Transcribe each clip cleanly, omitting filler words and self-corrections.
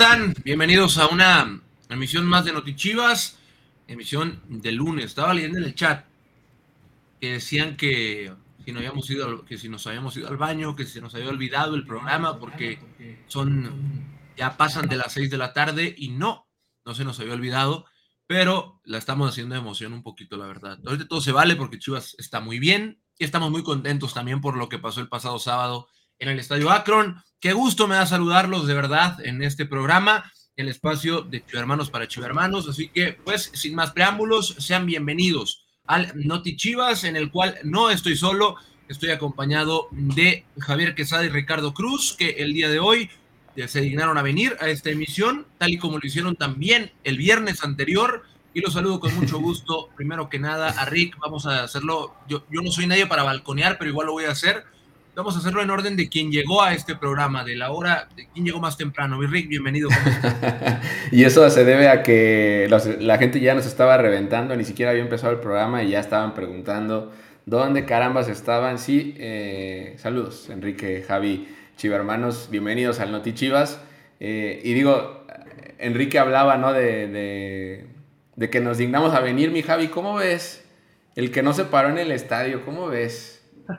están? Bienvenidos a una emisión más de Notichivas, emisión de lunes. Estaba leyendo en el chat que decían que si no habíamos ido, que si nos habíamos ido al baño, que si se nos había olvidado el programa porque ya pasan de las 6 de la tarde y no se nos había olvidado, pero la estamos haciendo de emoción un poquito, la verdad. Ahorita todo se vale porque Chivas está muy bien y estamos muy contentos también por lo que pasó el pasado sábado en el Estadio Akron. Qué gusto me da saludarlos de verdad en este programa, el espacio de Chivermanos para Chivermanos. Así que, pues, sin más preámbulos, sean bienvenidos al Noti Chivas, en el cual no estoy solo, estoy acompañado de Javier Quesada y Ricardo Cruz, que el día de hoy se dignaron a venir a esta emisión, tal y como lo hicieron también el viernes anterior. Y los saludo con mucho gusto. Primero que nada, a Rick, vamos a hacerlo. Yo no soy nadie para balconear, pero igual lo voy a hacer. Vamos a hacerlo en orden de quién llegó a este programa, de la hora, de quién llegó más temprano. Rick, bienvenido. ¿Cómo estás? Y eso se debe a que la gente ya nos estaba reventando, ni siquiera había empezado el programa y ya estaban preguntando dónde carambas estaban. Sí, saludos, Enrique, Javi, Chivermanos, bienvenidos al Noti Chivas. Y digo, Enrique hablaba, ¿no? De que nos dignamos a venir, mi Javi. ¿Cómo ves? El que no se paró en el estadio, ¿cómo ves?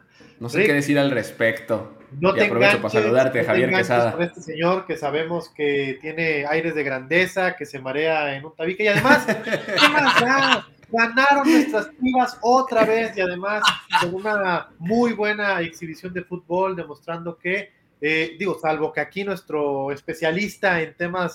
No sé qué Rick, decir al respecto. no Y te aprovecho para enganches, saludarte, no te Javier enganches con Quesada. este señor que sabemos que tiene aires de grandeza, que se marea en un tabique. Y además, ¿qué más da? Ganaron nuestras Chivas otra vez y además con una muy buena exhibición de fútbol, demostrando que, salvo que aquí nuestro especialista en temas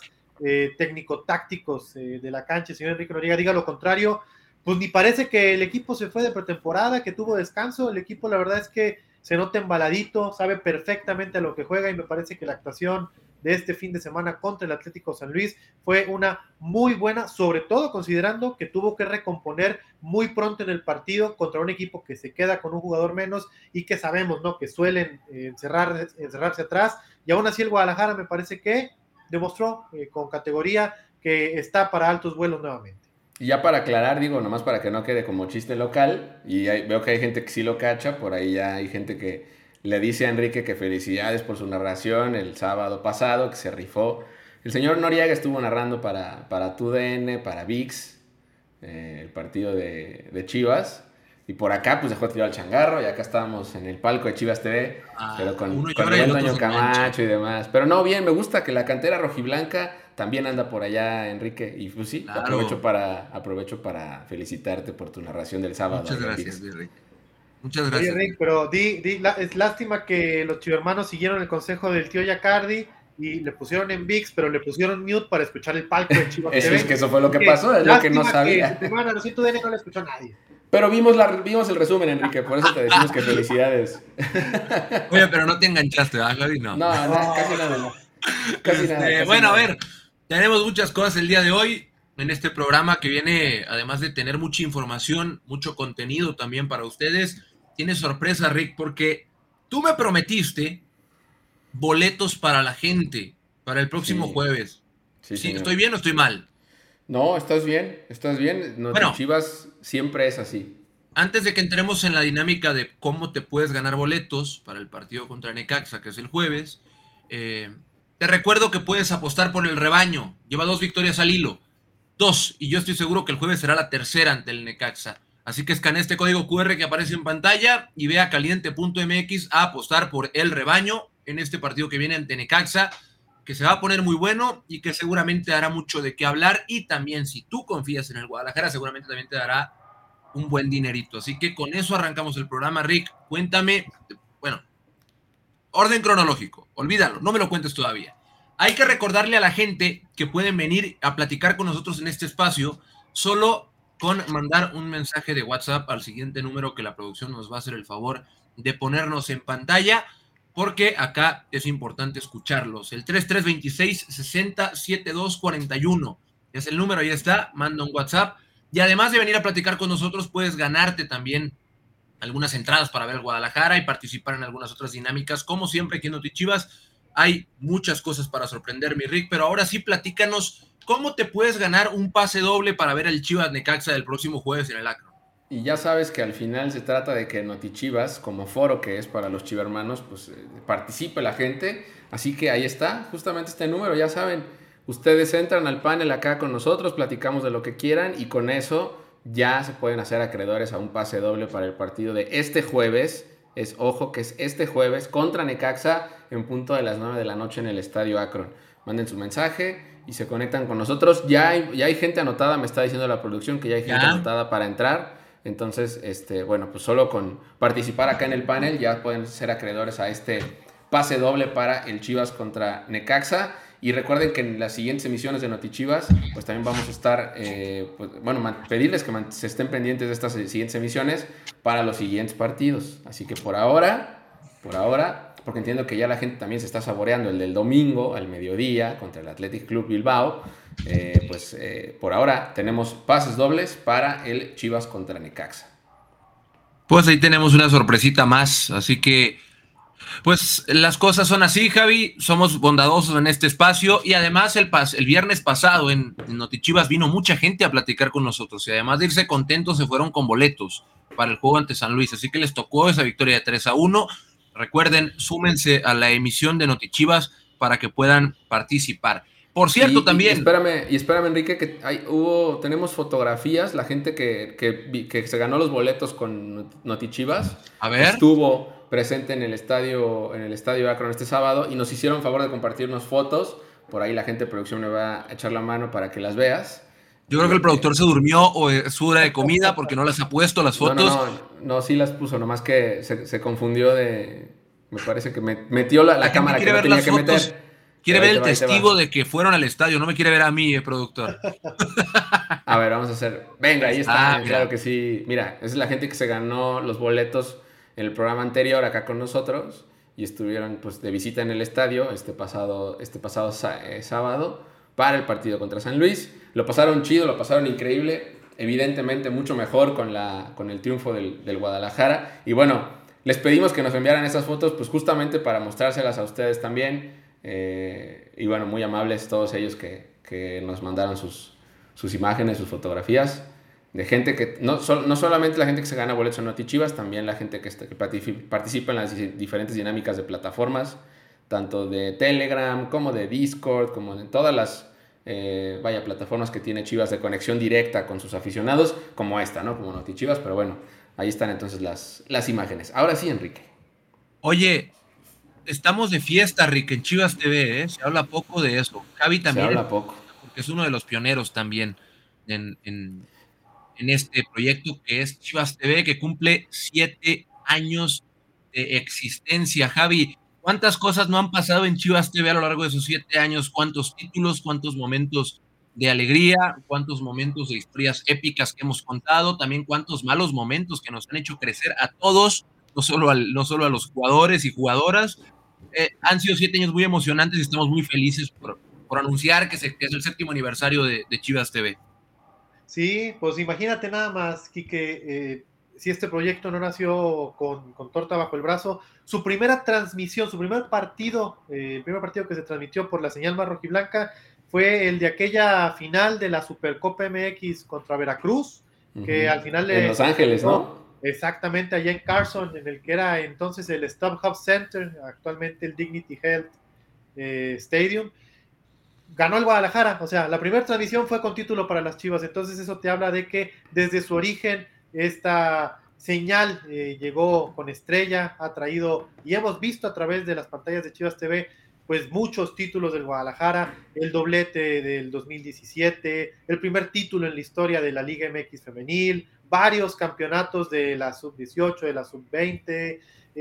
técnico-tácticos de la cancha, el señor Enrique Noriega, diga lo contrario, pues ni parece que el equipo se fue de pretemporada, que tuvo descanso. El equipo, la verdad es que se nota embaladito, sabe perfectamente a lo que juega y me parece que la actuación de este fin de semana contra el Atlético San Luis fue una muy buena, sobre todo considerando que tuvo que recomponer muy pronto en el partido contra un equipo que se queda con un jugador menos y que sabemos, ¿no?, que suelen encerrarse atrás, y aún así el Guadalajara me parece que demostró con categoría que está para altos vuelos nuevamente. Y ya para aclarar, digo, nomás para que no quede como chiste local, y veo que hay gente que sí lo cacha, por ahí ya hay gente que le dice a Enrique que felicidades por su narración el sábado pasado, que se rifó. El señor Noriega estuvo narrando para TUDN, para VIX, el partido de Chivas, y por acá pues dejó tirado al changarro, y acá estábamos en el palco de Chivas TV, pero Uno con el llora y el buen otro Toño se engancha. Camacho y demás. Pero no, bien, me gusta que la cantera rojiblanca también anda por allá, Enrique. Y pues sí, Claro. aprovecho para felicitarte por tu narración del sábado Muchas ahí en gracias, VIX. Rick. Muchas Oye, gracias, Rick, Rick. pero es lástima que los chivermanos siguieron el consejo del tío Yacardi y le pusieron en VIX, pero le pusieron mute para escuchar el palco de Chivas Eso es TV. que eso fue lo Así que que pasó, es lo que no lástima que su sabía. primera narración TUDN no la escuchó nadie. Pero vimos el resumen, Enrique, por eso te decimos que felicidades. Oye, pero no te enganchaste, ¿verdad, Javi? No. No, casi No, nada. Casi nada, casi Bueno, a nada. ver, tenemos muchas cosas el día de hoy en este programa que viene, además de tener mucha información, mucho contenido también para ustedes. Tiene sorpresa, Rick, porque tú me prometiste boletos para la gente para el próximo Sí, jueves. sí, ¿Sí? señor. ¿Estoy bien o estoy mal? No, estás bien, estás bien. Noti Bueno, Chivas siempre es así. antes de que entremos en la dinámica de cómo te puedes ganar boletos para el partido contra Necaxa, que es el jueves, te recuerdo que puedes apostar por el rebaño. Lleva 2 victorias al hilo. 2. Y yo estoy seguro que el jueves será la tercera ante el Necaxa. Así que escanea este código QR que aparece en pantalla y ve a caliente.mx a apostar por el rebaño en este partido que viene ante Necaxa, que se va a poner muy bueno y que seguramente dará mucho de qué hablar. Y también, si tú confías en el Guadalajara, seguramente también te dará un buen dinerito. Así que con eso arrancamos el programa. Rick, cuéntame, bueno, orden cronológico, olvídalo, no me lo cuentes todavía. Hay que recordarle a la gente que pueden venir a platicar con nosotros en este espacio solo con mandar un mensaje de WhatsApp al siguiente número que la producción nos va a hacer el favor de ponernos en pantalla, porque acá es importante escucharlos. El 3326-607241 es el número, ahí está, manda un WhatsApp. Y además de venir a platicar con nosotros, puedes ganarte también algunas entradas para ver el Guadalajara y participar en algunas otras dinámicas. Como siempre, aquí en Notichivas hay muchas cosas para sorprender, mi Rick, pero ahora sí platícanos cómo te puedes ganar un pase doble para ver el Chivas Necaxa del próximo jueves en el Akron. Y ya sabes que al final se trata de que Noti Chivas, como foro que es para los chivermanos, pues participe la gente. Así que ahí está, justamente este número, ya saben. Ustedes entran al panel acá con nosotros, platicamos de lo que quieran y con eso ya se pueden hacer acreedores a un pase doble para el partido de este jueves. Ojo que es este jueves contra Necaxa en punto de las 9 de la noche en el Estadio Akron. Manden su mensaje y se conectan con nosotros. Ya hay gente anotada, me está diciendo la producción que ya hay gente anotada para entrar. Entonces, bueno, pues solo con participar acá en el panel ya pueden ser acreedores a este pase doble para el Chivas contra Necaxa. Y recuerden que en las siguientes emisiones de NotiChivas, pues también vamos a estar, pedirles que se estén pendientes de estas siguientes emisiones para los siguientes partidos. Así que por ahora, porque entiendo que ya la gente también se está saboreando el del domingo al mediodía contra el Athletic Club Bilbao, por ahora tenemos pases dobles para el Chivas contra Necaxa. Pues ahí tenemos una sorpresita más, así que pues las cosas son así, Javi, somos bondadosos en este espacio y además el viernes pasado en NotiChivas vino mucha gente a platicar con nosotros y además de irse contentos se fueron con boletos para el juego ante San Luis, así que les tocó esa victoria de 3-1. Recuerden, súmense a la emisión de NotiChivas para que puedan participar. Por cierto, también. Espérame, Enrique, que tenemos fotografías, la gente que se ganó los boletos con NotiChivas. A ver. Estuvo presente en el estadio Akron este sábado y nos hicieron favor de compartirnos fotos. Por ahí la gente de producción me va a echar la mano para que las veas. Yo creo que el productor se durmió o es su hora de comida porque no las ha puesto las fotos. No, sí las puso, nomás que se confundió me parece que metió la cámara que no tenía que meter. Quiere ver el testigo de que fueron al estadio, no me quiere ver a mí, productor. A ver, vamos a hacer. Venga, ahí está, claro que sí. Mira, esa es la gente que se ganó los boletos en el programa anterior acá con nosotros y estuvieron pues de visita en el estadio este pasado sábado para el partido contra San Luis. Lo pasaron chido, lo pasaron increíble, evidentemente mucho mejor con el triunfo del Guadalajara. Y bueno, les pedimos que nos enviaran esas fotos pues justamente para mostrárselas a ustedes también. Y bueno, muy amables todos ellos que nos mandaron sus imágenes, sus fotografías de gente que, no solamente la gente que se gana boletos en NotiChivas, también la gente que participa en las diferentes dinámicas de plataformas, tanto de Telegram como de Discord, como de todas las plataformas que tiene Chivas de conexión directa con sus aficionados, como esta, ¿no? Como NotiChivas, pero bueno, ahí están entonces las imágenes. Ahora sí, Enrique. Oye, estamos de fiesta, Rick, en Chivas TV, ¿eh? Se habla poco de eso. Javi también. Se habla poco. Porque es uno de los pioneros también en este proyecto que es Chivas TV, que cumple 7 años de existencia. Javi, ¿cuántas cosas no han pasado en Chivas TV a lo largo de esos 7 años? ¿Cuántos títulos? ¿Cuántos momentos de alegría? ¿Cuántos momentos de historias épicas que hemos contado? También cuántos malos momentos que nos han hecho crecer a todos, no solo a los jugadores y jugadoras. Han sido 7 años muy emocionantes y estamos muy felices por anunciar que es el 7º aniversario de Chivas TV. Sí, pues imagínate nada más, Quique, si este proyecto no nació con torta bajo el brazo, su primera transmisión, su primer partido, el primer partido que se transmitió por la señal más rojiblanca fue el de aquella final de la Supercopa MX contra Veracruz, que al final en Los Ángeles, ¿no? Exactamente, allá en Carson, en el que era entonces el StubHub Center, actualmente el Dignity Health Stadium. Ganó el Guadalajara, o sea, la primera transmisión fue con título para las Chivas, entonces eso te habla de que desde su origen esta señal llegó con estrella, ha traído, y hemos visto a través de las pantallas de Chivas TV, pues muchos títulos del Guadalajara, el doblete del 2017, el primer título en la historia de la Liga MX femenil, varios campeonatos de la sub-18, de la sub-20,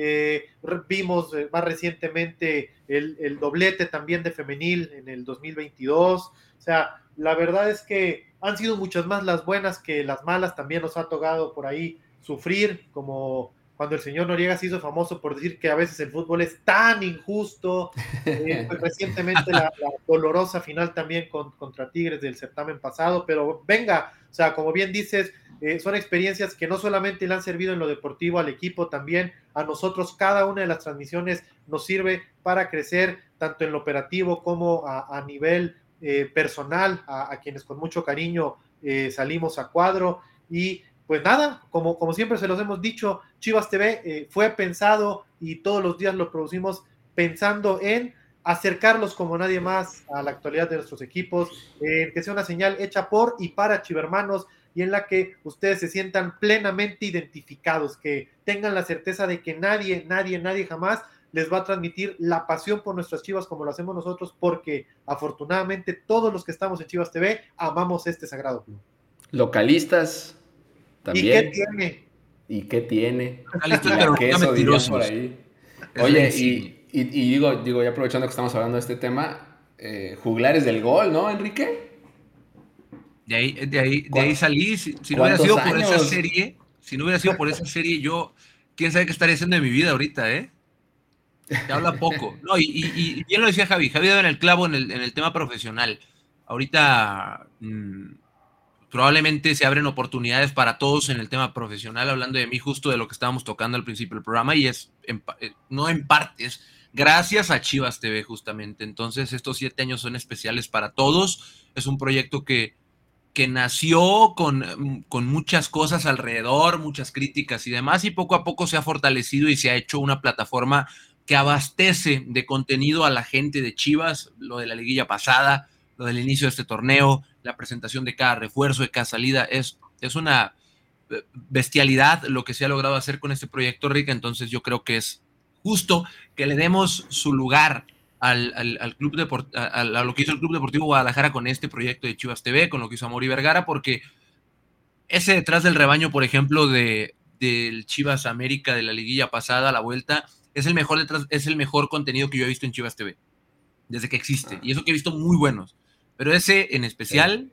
vimos más recientemente el doblete también de femenil en el 2022, o sea, la verdad es que han sido muchas más las buenas que las malas, también nos ha tocado por ahí sufrir, como cuando el señor Noriega se hizo famoso por decir que a veces el fútbol es tan injusto, pues recientemente la dolorosa final también contra Tigres del certamen pasado, pero venga, o sea, como bien dices, son experiencias que no solamente le han servido en lo deportivo al equipo, también a nosotros, cada una de las transmisiones nos sirve para crecer, tanto en lo operativo como a nivel personal, a quienes con mucho cariño salimos a cuadro, y pues nada, como siempre se los hemos dicho, Chivas TV fue pensado y todos los días lo producimos pensando en acercarlos como nadie más a la actualidad de nuestros equipos, que sea una señal hecha por y para chivermanos y en la que ustedes se sientan plenamente identificados, que tengan la certeza de que nadie jamás les va a transmitir la pasión por nuestras Chivas como lo hacemos nosotros, porque afortunadamente todos los que estamos en Chivas TV amamos este sagrado club. Localistas también. ¿Y qué tiene? ¿Y qué tiene? Localistas, Y pero la queso, dirían por mentirosos. ahí. Es Oye, insignia. y digo, ya aprovechando que estamos hablando de este tema, juglares del gol, ¿no, Enrique? De ahí salí. Si no hubiera ¿Cuántos sido por esa años? serie, yo, quién sabe qué estaría haciendo de mi vida ahorita, ¿eh? Te habla poco. No, y bien lo decía Javi. Javi daba en el clavo en el tema profesional. Ahorita probablemente se abren oportunidades para todos en el tema profesional, hablando de mí, justo de lo que estábamos tocando al principio del programa, y es, no en partes, gracias a Chivas TV, justamente. Entonces, estos 7 años son especiales para todos. Es un proyecto que nació con muchas cosas alrededor, muchas críticas y demás, y poco a poco se ha fortalecido y se ha hecho una plataforma que abastece de contenido a la gente de Chivas, lo de la liguilla pasada, lo del inicio de este torneo, la presentación de cada refuerzo, de cada salida, es una bestialidad lo que se ha logrado hacer con este proyecto, Rica. Entonces yo creo que es justo que le demos su lugar al club a lo que hizo el Club Deportivo Guadalajara con este proyecto de Chivas TV, con lo que hizo Amaury Vergara, porque ese detrás del rebaño, por ejemplo, del Chivas América de la liguilla pasada, la vuelta, es el mejor contenido que yo he visto en Chivas TV desde que existe, y eso que he visto muy buenos, pero ese en especial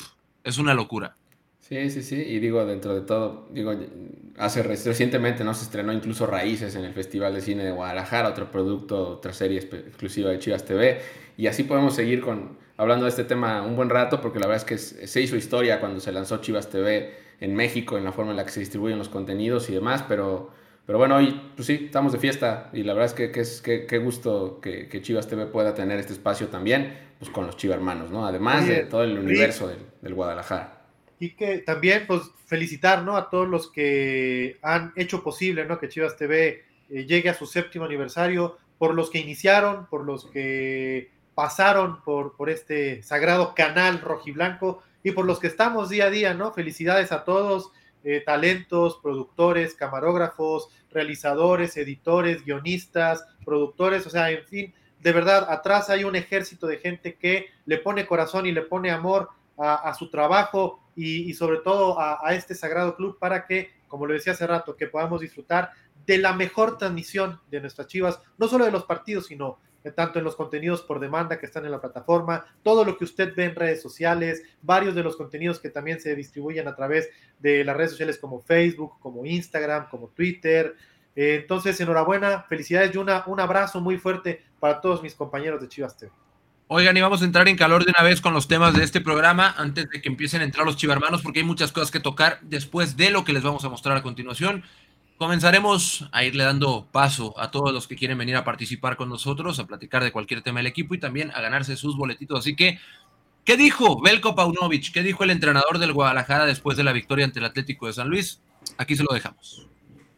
es una locura. Sí, y digo, dentro de todo, digo, recientemente no se estrenó incluso Raíces en el Festival de Cine de Guadalajara, otro producto, otra serie exclusiva de Chivas TV, y así podemos seguir hablando de este tema un buen rato, porque la verdad es que se hizo historia cuando se lanzó Chivas TV en México, en la forma en la que se distribuyen los contenidos y demás, pero bueno, hoy pues sí, estamos de fiesta, y la verdad es que qué gusto que Chivas TV pueda tener este espacio también, pues con los chivermanos, ¿no? Además de todo el universo del Guadalajara. Y que también, pues, felicitar, ¿no?, a todos los que han hecho posible, ¿no?, que Chivas TV llegue a su 7º aniversario, por los que iniciaron, por los que pasaron por este sagrado canal rojiblanco y por los que estamos día a día, ¿no? Felicidades a todos, talentos, productores, camarógrafos, realizadores, editores, guionistas, productores, o sea, en fin, de verdad, atrás hay un ejército de gente que le pone corazón y le pone amor a su trabajo y sobre todo a este sagrado club para que, como lo decía hace rato, que podamos disfrutar de la mejor transmisión de nuestras Chivas, no solo de los partidos, sino tanto en los contenidos por demanda que están en la plataforma, todo lo que usted ve en redes sociales, varios de los contenidos que también se distribuyen a través de las redes sociales como Facebook, como Instagram, como Twitter. Entonces, enhorabuena, felicidades y un abrazo muy fuerte para todos mis compañeros de Chivas TV. Oigan, y vamos a entrar en calor de una vez con los temas de este programa antes de que empiecen a entrar los chivermanos, porque hay muchas cosas que tocar después de lo que les vamos a mostrar a continuación. Comenzaremos a irle dando paso a todos los que quieren venir a participar con nosotros, a platicar de cualquier tema del equipo y también a ganarse sus boletitos. Así que, ¿qué dijo Veljko Paunovic? ¿Qué dijo el entrenador del Guadalajara después de la victoria ante el Atlético de San Luis? Aquí se lo dejamos.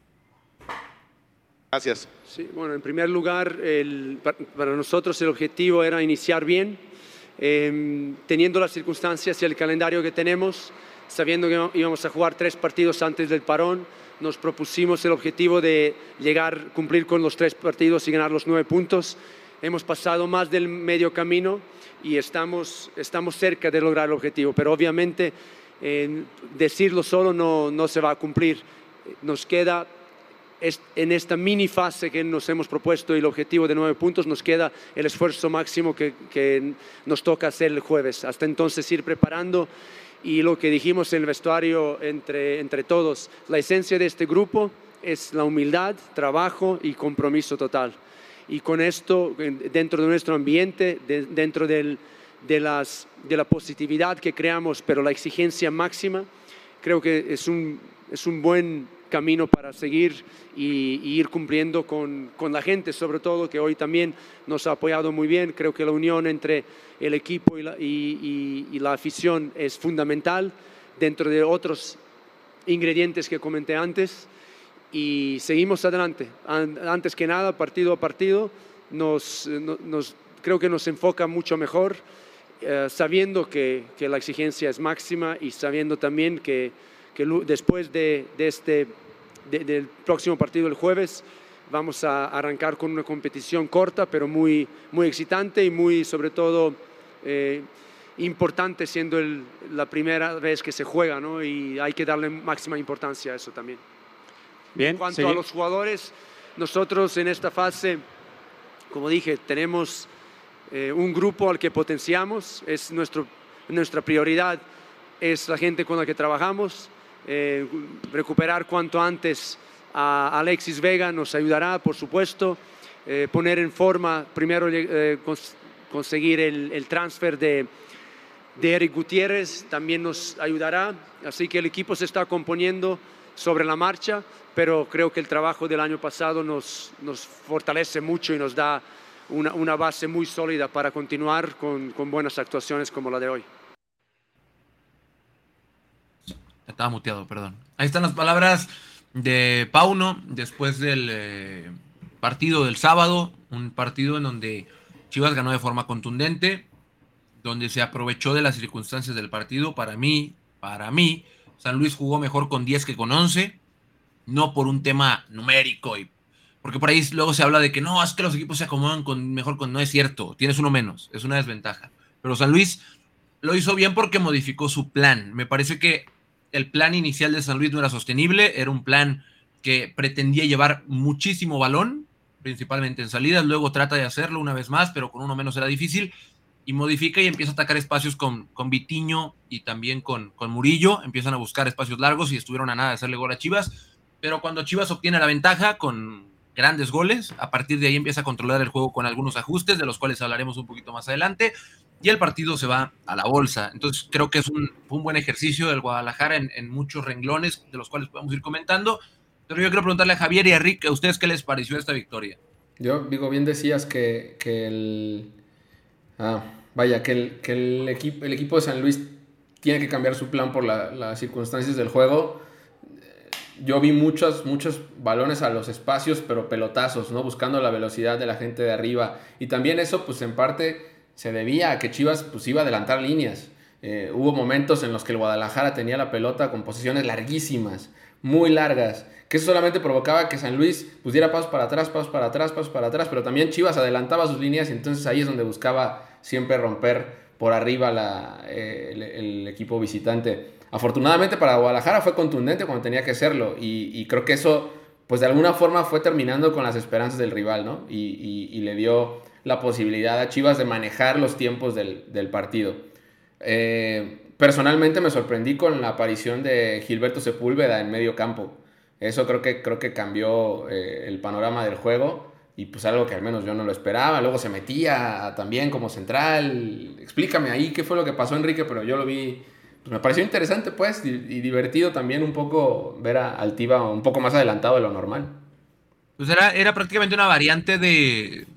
Gracias. Sí, bueno, en primer lugar, para nosotros el objetivo era iniciar bien, teniendo las circunstancias y el calendario que tenemos, sabiendo que íbamos a jugar 3 partidos antes del parón. Nos propusimos el objetivo de cumplir con los 3 partidos y ganar los 9 puntos. Hemos pasado más del medio camino y estamos cerca de lograr el objetivo, pero obviamente decirlo solo no se va a cumplir. Nos queda, en esta mini fase que nos hemos propuesto y el objetivo de 9 puntos, nos queda el esfuerzo máximo que nos toca hacer el jueves. Hasta entonces ir preparando. Y lo que dijimos en el vestuario entre todos, la esencia de este grupo es la humildad, trabajo y compromiso total. Y con esto, dentro de nuestro ambiente, dentro de la positividad que creamos, pero la exigencia máxima, creo que es un buen camino para seguir y ir cumpliendo con la gente, sobre todo, que hoy también nos ha apoyado muy bien. Creo que la unión entre el equipo y la afición es fundamental, dentro de otros ingredientes que comenté antes, y seguimos adelante. Antes que nada, partido a partido, nos creo que nos enfoca mucho mejor, sabiendo que la exigencia es máxima y sabiendo también que después del próximo partido el jueves vamos a arrancar con una competición corta pero muy, muy excitante y muy, sobre todo, importante, siendo la primera vez que se juega, ¿no? Y hay que darle máxima importancia a eso también. Bien, en cuanto a los jugadores, nosotros en esta fase, como dije, tenemos un grupo al que potenciamos, es nuestra prioridad, es la gente con la que trabajamos. Recuperar cuanto antes a Alexis Vega nos ayudará, por supuesto. Poner en forma, primero conseguir el transfer de Eric Gutiérrez también nos ayudará. Así que el equipo se está componiendo sobre la marcha, pero creo que el trabajo del año pasado nos fortalece mucho y nos da una base muy sólida para continuar con buenas actuaciones como la de hoy. Estaba muteado, perdón. Ahí están las palabras de Pauno después del partido del sábado, un partido en donde Chivas ganó de forma contundente, donde se aprovechó de las circunstancias del partido. Para mí, San Luis jugó mejor con 10 que con 11, no por un tema numérico, porque por ahí luego se habla de que no, es que los equipos se acomodan mejor con... No es cierto, tienes uno menos, es una desventaja. Pero San Luis lo hizo bien porque modificó su plan. Me parece que el plan inicial de San Luis no era sostenible, era un plan que pretendía llevar muchísimo balón, principalmente en salidas, luego trata de hacerlo una vez más, pero con uno menos era difícil, y modifica y empieza a atacar espacios con Vitiño y también con Murillo, empiezan a buscar espacios largos y estuvieron a nada de hacerle gol a Chivas, pero cuando Chivas obtiene la ventaja con grandes goles, a partir de ahí empieza a controlar el juego con algunos ajustes, de los cuales hablaremos un poquito más adelante, y el partido se va a la bolsa. Entonces creo que fue un buen ejercicio del Guadalajara en muchos renglones, de los cuales podemos ir comentando, pero yo quiero preguntarle a Javier y a Rick, ¿a ustedes qué les pareció esta victoria? Yo, digo, bien decías que el equipo de San Luis tiene que cambiar su plan por las circunstancias del juego. Yo vi muchos balones a los espacios, pero pelotazos, ¿no? Buscando la velocidad de la gente de arriba. Y también eso, pues en parte se debía a que Chivas pues iba a adelantar líneas. Hubo momentos en los que el Guadalajara tenía la pelota con posiciones larguísimas, muy largas, que eso solamente provocaba que San Luis pues diera pasos para atrás, pero también Chivas adelantaba sus líneas y entonces ahí es donde buscaba siempre romper por arriba el equipo visitante. Afortunadamente para Guadalajara fue contundente cuando tenía que serlo y creo que eso pues de alguna forma fue terminando con las esperanzas del rival, ¿no? Y le dio la posibilidad a Chivas de manejar los tiempos del partido. Personalmente me sorprendí con la aparición de Gilberto Sepúlveda en medio campo. Eso creo que cambió el panorama del juego y pues algo que al menos yo no lo esperaba. Luego se metía también como central. Explícame ahí qué fue lo que pasó, Enrique, pero yo lo vi, pues me pareció interesante pues y divertido también un poco ver a Altiva un poco más adelantado de lo normal. Pues era prácticamente una variante de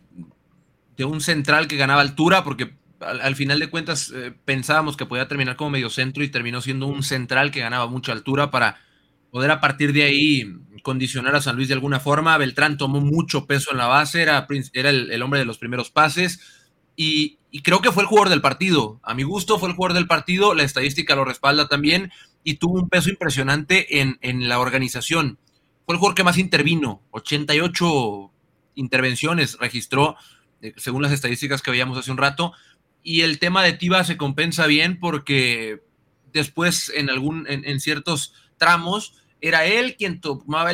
un central que ganaba altura, porque al final de cuentas pensábamos que podía terminar como mediocentro y terminó siendo un central que ganaba mucha altura para poder a partir de ahí condicionar a San Luis de alguna forma. Beltrán tomó mucho peso en la base, era el hombre de los primeros pases y creo que fue el jugador del partido. A mi gusto fue el jugador del partido, la estadística lo respalda también y tuvo un peso impresionante en la organización. Fue el jugador que más intervino, 88 intervenciones registró, según las estadísticas que veíamos hace un rato, y el tema de Tiva se compensa bien porque después en ciertos tramos era él quien tomaba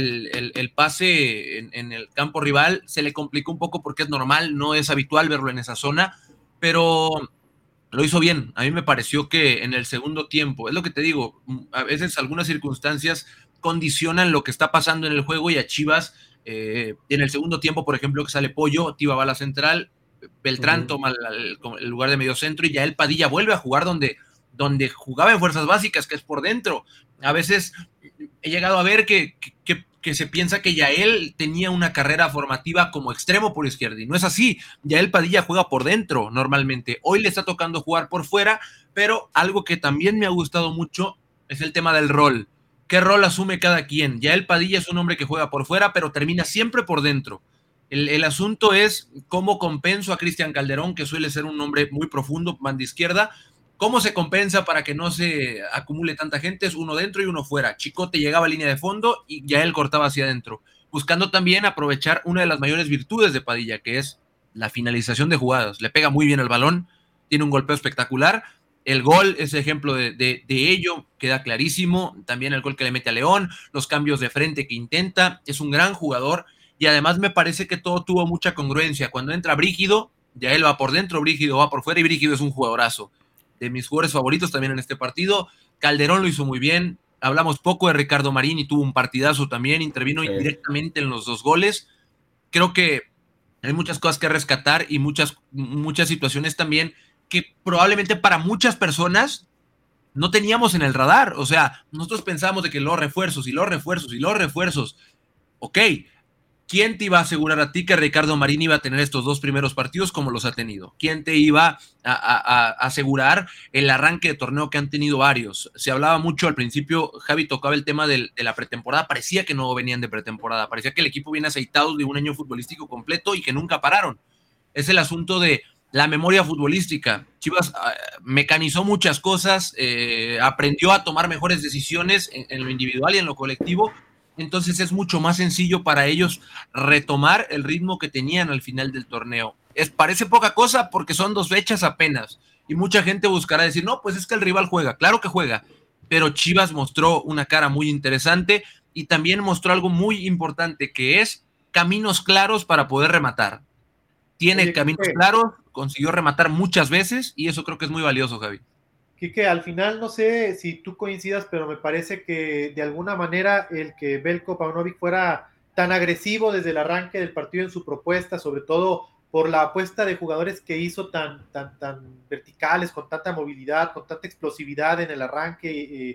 el pase en el campo rival. Se le complicó un poco porque es normal, no es habitual verlo en esa zona, pero lo hizo bien. A mí me pareció que en el segundo tiempo, es lo que te digo, a veces algunas circunstancias condicionan lo que está pasando en el juego y a Chivas, en el segundo tiempo, por ejemplo, que sale Pollo, Tiva va a la central, Beltrán toma el lugar de mediocentro y Yael Padilla vuelve a jugar donde jugaba en fuerzas básicas, que es por dentro. A veces he llegado a ver que se piensa que Yael tenía una carrera formativa como extremo por izquierda, y no es así. Yael Padilla juega por dentro normalmente. Hoy le está tocando jugar por fuera, pero algo que también me ha gustado mucho es el tema del rol. ¿Qué rol asume cada quien? Yael Padilla es un hombre que juega por fuera, pero termina siempre por dentro. El asunto es cómo compenso a Cristian Calderón, que suele ser un hombre muy profundo, banda izquierda. ¿Cómo se compensa para que no se acumule tanta gente? Es uno dentro y uno fuera. Chicote llegaba a línea de fondo y ya él cortaba hacia adentro, buscando también aprovechar una de las mayores virtudes de Padilla, que es la finalización de jugadas. Le pega muy bien el balón, tiene un golpeo espectacular. El gol es ejemplo de ello, queda clarísimo. También el gol que le mete a León, los cambios de frente que intenta. Es un gran jugador y además me parece que todo tuvo mucha congruencia. Cuando entra Brígido, ya él va por dentro, Brígido va por fuera y Brígido es un jugadorazo. De mis jugadores favoritos también en este partido. Calderón lo hizo muy bien. Hablamos poco de Ricardo Marín y tuvo un partidazo también. Intervino directamente en los 2 goles. Creo que hay muchas cosas que rescatar y muchas situaciones también que probablemente para muchas personas no teníamos en el radar. O sea, nosotros pensábamos de que los refuerzos. Ok, ¿quién te iba a asegurar a ti que Ricardo Marín iba a tener estos 2 primeros partidos como los ha tenido? ¿Quién te iba a asegurar el arranque de torneo que han tenido varios? Se hablaba mucho al principio, Javi tocaba el tema de la pretemporada, parecía que no venían de pretemporada, parecía que el equipo viene aceitado de un año futbolístico completo y que nunca pararon. Es el asunto de la memoria futbolística. Chivas mecanizó muchas cosas, aprendió a tomar mejores decisiones en lo individual y en lo colectivo. Entonces es mucho más sencillo para ellos retomar el ritmo que tenían al final del torneo. Parece poca cosa porque son 2 fechas apenas y mucha gente buscará decir, no, pues es que el rival juega, claro que juega, pero Chivas mostró una cara muy interesante y también mostró algo muy importante que es caminos claros para poder rematar. Tiene caminos claros, consiguió rematar muchas veces y eso creo que es muy valioso, Javi. Quique, al final no sé si tú coincidas, pero me parece que de alguna manera el que Veljko Paunovic fuera tan agresivo desde el arranque del partido en su propuesta, sobre todo por la apuesta de jugadores que hizo tan verticales, con tanta movilidad, con tanta explosividad en el arranque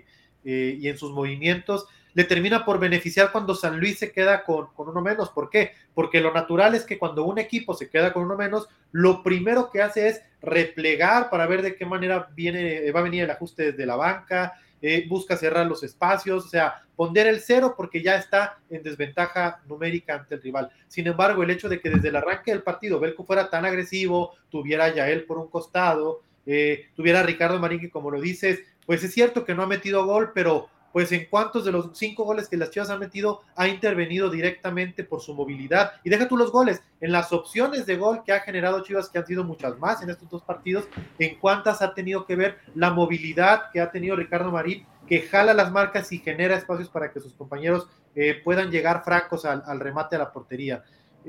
y en sus movimientos, le termina por beneficiar cuando San Luis se queda con uno menos. ¿Por qué? Porque lo natural es que cuando un equipo se queda con uno menos, lo primero que hace es replegar para ver de qué manera va a venir el ajuste desde la banca, busca cerrar los espacios, o sea, poner el 0 porque ya está en desventaja numérica ante el rival. Sin embargo, el hecho de que desde el arranque del partido Veljko fuera tan agresivo, tuviera a Yael por un costado, tuviera a Ricardo Marín, que como lo dices, pues es cierto que no ha metido gol, pero pues en cuántos de los 5 goles que las Chivas han metido ha intervenido directamente por su movilidad. Y deja tú los goles, en las opciones de gol que ha generado Chivas, que han sido muchas más en estos 2 partidos, en cuántas ha tenido que ver la movilidad que ha tenido Ricardo Marín, que jala las marcas y genera espacios para que sus compañeros puedan llegar francos al remate a la portería.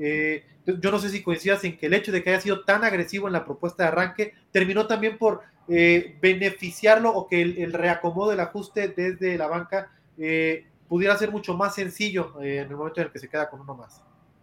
Yo no sé si coincidas en que el hecho de que haya sido tan agresivo en la propuesta de arranque terminó también por beneficiarlo, o que el reacomodo, el ajuste desde la banca pudiera ser mucho más sencillo en el momento en el que se queda con uno más.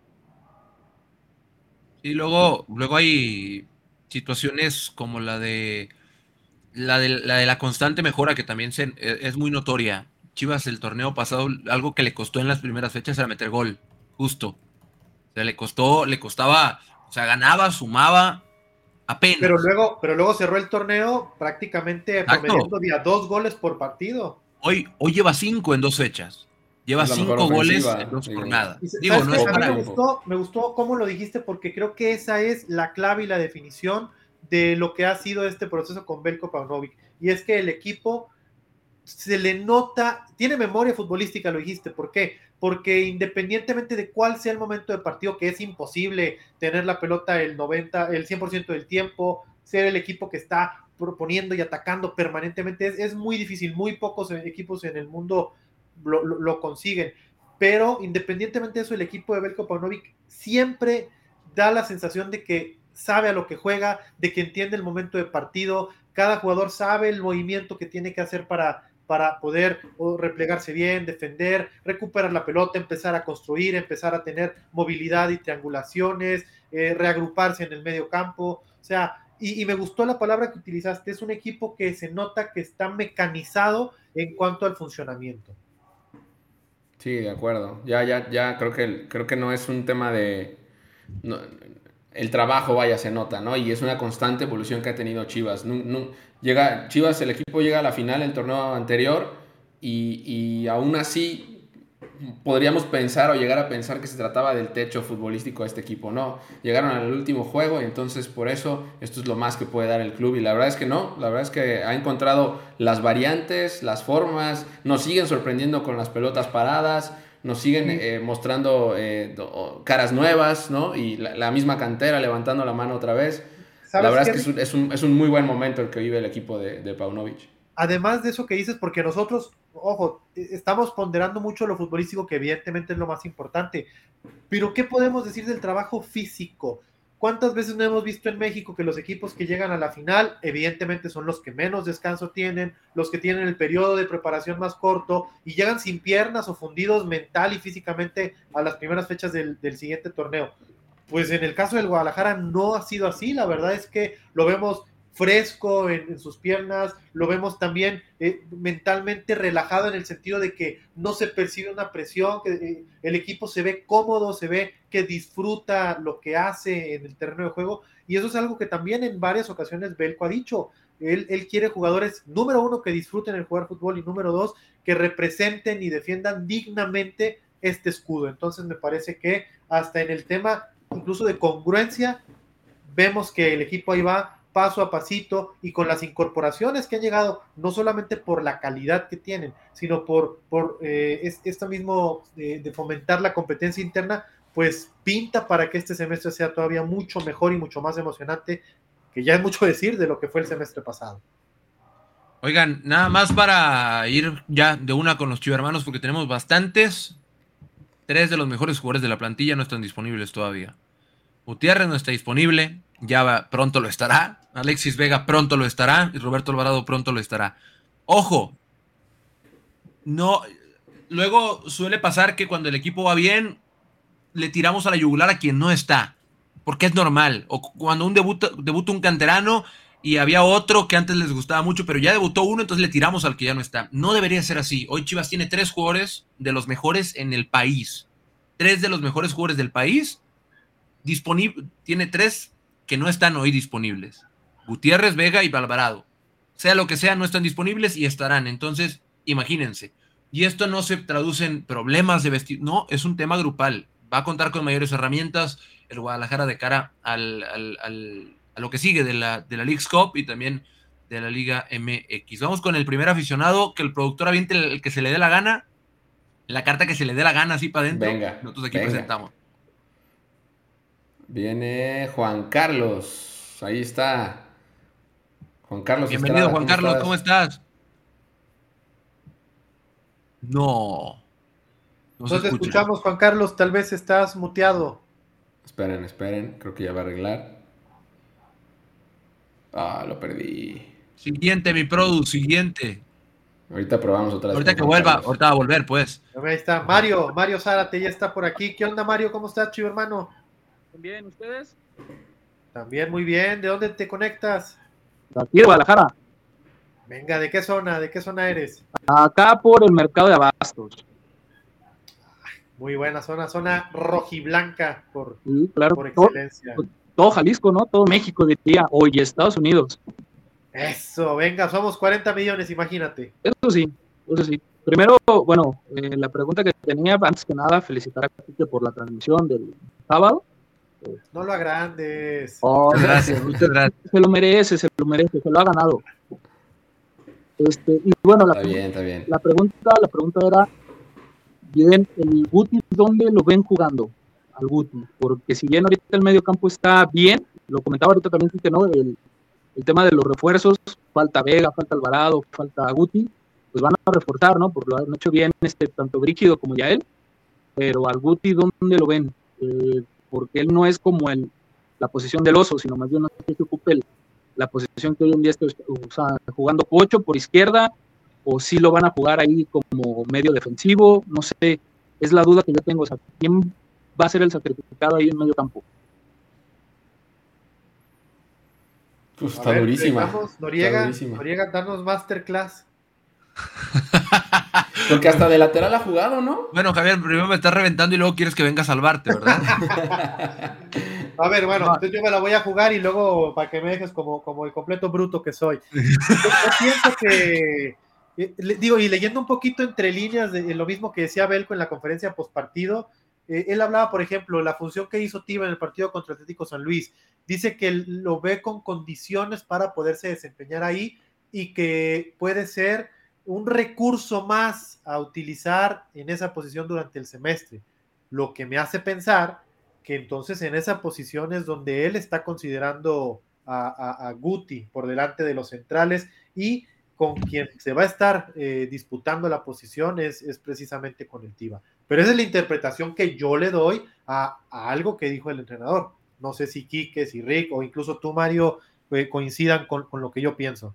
Y luego hay situaciones como la de la constante mejora que también es muy notoria. Chivas el torneo pasado, algo que le costó en las primeras fechas era meter gol, justo. O sea, le costaba, o sea, ganaba, sumaba, apenas. Pero luego cerró el torneo prácticamente promediando 2 goles por partido. Hoy lleva 5 en 2 fechas. Lleva 5 goles en 2 jornadas. Digo, no es a mí me gustó cómo lo dijiste, porque creo que esa es la clave y la definición de lo que ha sido este proceso con Veljko Paunovic. Y es que el equipo se le nota, tiene memoria futbolística, lo dijiste. ¿Por qué? Porque independientemente de cuál sea el momento de partido, que es imposible tener la pelota el 100% del tiempo, ser el equipo que está proponiendo y atacando permanentemente, es muy difícil. Muy pocos equipos en el mundo lo consiguen. Pero independientemente de eso, el equipo de Veljko Paunovic siempre da la sensación de que sabe a lo que juega, de que entiende el momento de partido. Cada jugador sabe el movimiento que tiene que hacer para poder replegarse bien, defender, recuperar la pelota, empezar a construir, empezar a tener movilidad y triangulaciones, reagruparse en el medio campo. O sea, y me gustó la palabra que utilizaste, es un equipo que se nota que está mecanizado en cuanto al funcionamiento. Sí, de acuerdo. Ya creo que no es un tema de... No, el trabajo, vaya, se nota, ¿no? Y es una constante evolución que ha tenido Chivas. Chivas, el equipo llega a la final del torneo anterior y aún así podríamos pensar o llegar a pensar que se trataba del techo futbolístico de este equipo. No, llegaron al último juego y entonces por eso esto es lo más que puede dar el club. Y la verdad es que no, la verdad es que ha encontrado las variantes, las formas, nos siguen sorprendiendo con las pelotas paradas, nos siguen mostrando caras nuevas, ¿no? Y la misma cantera levantando la mano otra vez. La verdad es que es un muy buen momento el que vive el equipo de Paunovic. Además de eso que dices, porque nosotros, ojo, estamos ponderando mucho lo futbolístico, que evidentemente es lo más importante, pero ¿qué podemos decir del trabajo físico? ¿Cuántas veces no hemos visto en México que los equipos que llegan a la final, evidentemente son los que menos descanso tienen, los que tienen el periodo de preparación más corto y llegan sin piernas o fundidos mental y físicamente a las primeras fechas del siguiente torneo? Pues en el caso del Guadalajara no ha sido así, la verdad es que lo vemos fresco en sus piernas, lo vemos también mentalmente relajado en el sentido de que no se percibe una presión, que el equipo se ve cómodo, se ve que disfruta lo que hace en el terreno de juego, y eso es algo que también en varias ocasiones Belko ha dicho. Él quiere jugadores, número uno, que disfruten el jugar fútbol, y número dos, que representen y defiendan dignamente este escudo. Entonces me parece que hasta en el tema incluso de congruencia, vemos que el equipo ahí va paso a pasito y con las incorporaciones que han llegado, no solamente por la calidad que tienen, sino por esto mismo de fomentar la competencia interna, pues pinta para que este semestre sea todavía mucho mejor y mucho más emocionante, que ya es mucho decir de lo que fue el semestre pasado. Oigan, nada más para ir ya de una con los chivermanos, porque tenemos bastantes. 3 de los mejores jugadores de la plantilla no están disponibles todavía. Gutiérrez no está disponible, ya pronto lo estará. Alexis Vega pronto lo estará y Roberto Alvarado pronto lo estará. Ojo, no, luego suele pasar que cuando el equipo va bien le tiramos a la yugular a quien no está, porque es normal. O cuando debuta un canterano y había otro que antes les gustaba mucho, pero ya debutó uno, entonces le tiramos al que ya no está. No debería ser así. Hoy Chivas tiene 3 jugadores de los mejores en el país. 3 de los mejores jugadores del país tiene 3 que no están hoy disponibles. Gutiérrez, Vega y Alvarado. Sea lo que sea, no están disponibles y estarán. Entonces, imagínense. Y esto no se traduce en problemas de vestir. No, es un tema grupal. Va a contar con mayores herramientas el Guadalajara de cara a lo que sigue de la Leagues Cup y también de la Liga MX. Vamos con el primer aficionado, que el productor aviente el que se le dé la gana. La carta que se le dé la gana, así para adentro. Venga, nosotros aquí presentamos. Viene Juan Carlos. Ahí está. Juan Carlos. Bienvenido, Estrada. Juan Carlos, ¿cómo estás? No te escuchamos, Juan Carlos. Tal vez estás muteado. Esperen. Creo que ya va a arreglar. Lo perdí. Siguiente, mi produ, siguiente. Ahorita probamos otra vez. Ahorita que vuelva, ahorita va a volver, pues. Ahí está, Mario Zárate ya está por aquí. ¿Qué onda, Mario? ¿Cómo estás, chivo hermano? Bien, ¿ustedes? También muy bien. ¿De dónde te conectas? Aquí de Guadalajara. Venga, ¿de qué zona? ¿De qué zona eres? Acá por el mercado de abastos. Muy buena zona rojiblanca sí, claro, por excelencia. Todo Jalisco, ¿no? Todo México diría, hoy Estados Unidos. Eso, venga, somos 40 millones, imagínate. Eso sí. Primero, bueno, la pregunta que tenía, antes que nada, felicitar a Kike por la transmisión del sábado. No lo agrandes. Muchas gracias. Se lo merece, se lo ha ganado. Y bueno, está bien. La pregunta era, bien, el Guti, ¿dónde lo ven jugando al Guti? Porque si bien ahorita el medio campo está bien, lo comentaba ahorita también que no, el tema de los refuerzos, falta Vega, falta Alvarado, falta Guti, pues van a reforzar, ¿no? Porque lo han hecho bien tanto Brígido como Yael, pero al Guti, ¿dónde lo ven? Porque él no es como la posición del oso, sino más bien no sé que ocupe la posición que hoy en día está jugando 8 por izquierda, o si lo van a jugar ahí como medio defensivo, no sé, es la duda que yo tengo, o sea, ¿quién va a ser el sacrificado ahí en medio campo? Pues está durísima. Noriega, danos masterclass. Porque hasta de lateral ha jugado, ¿no? Bueno, Javier, primero me estás reventando y luego quieres que venga a salvarte, ¿verdad? A ver, bueno, entonces yo me la voy a jugar y luego para que me dejes como el completo bruto que soy. Yo pienso Digo, y leyendo un poquito entre líneas de lo mismo que decía Belko en la conferencia postpartido, él hablaba, por ejemplo, la función que hizo Tiva en el partido contra Atlético San Luis. Dice que lo ve con condiciones para poderse desempeñar ahí y que puede ser un recurso más a utilizar en esa posición durante el semestre. Lo que me hace pensar que entonces en esa posición es donde él está considerando a Guti por delante de los centrales, y con quien se va a estar disputando la posición es precisamente con el Tiva. Pero esa es la interpretación que yo le doy a algo que dijo el entrenador. No sé si Quique, si Rick o incluso tú, Mario, coincidan con lo que yo pienso.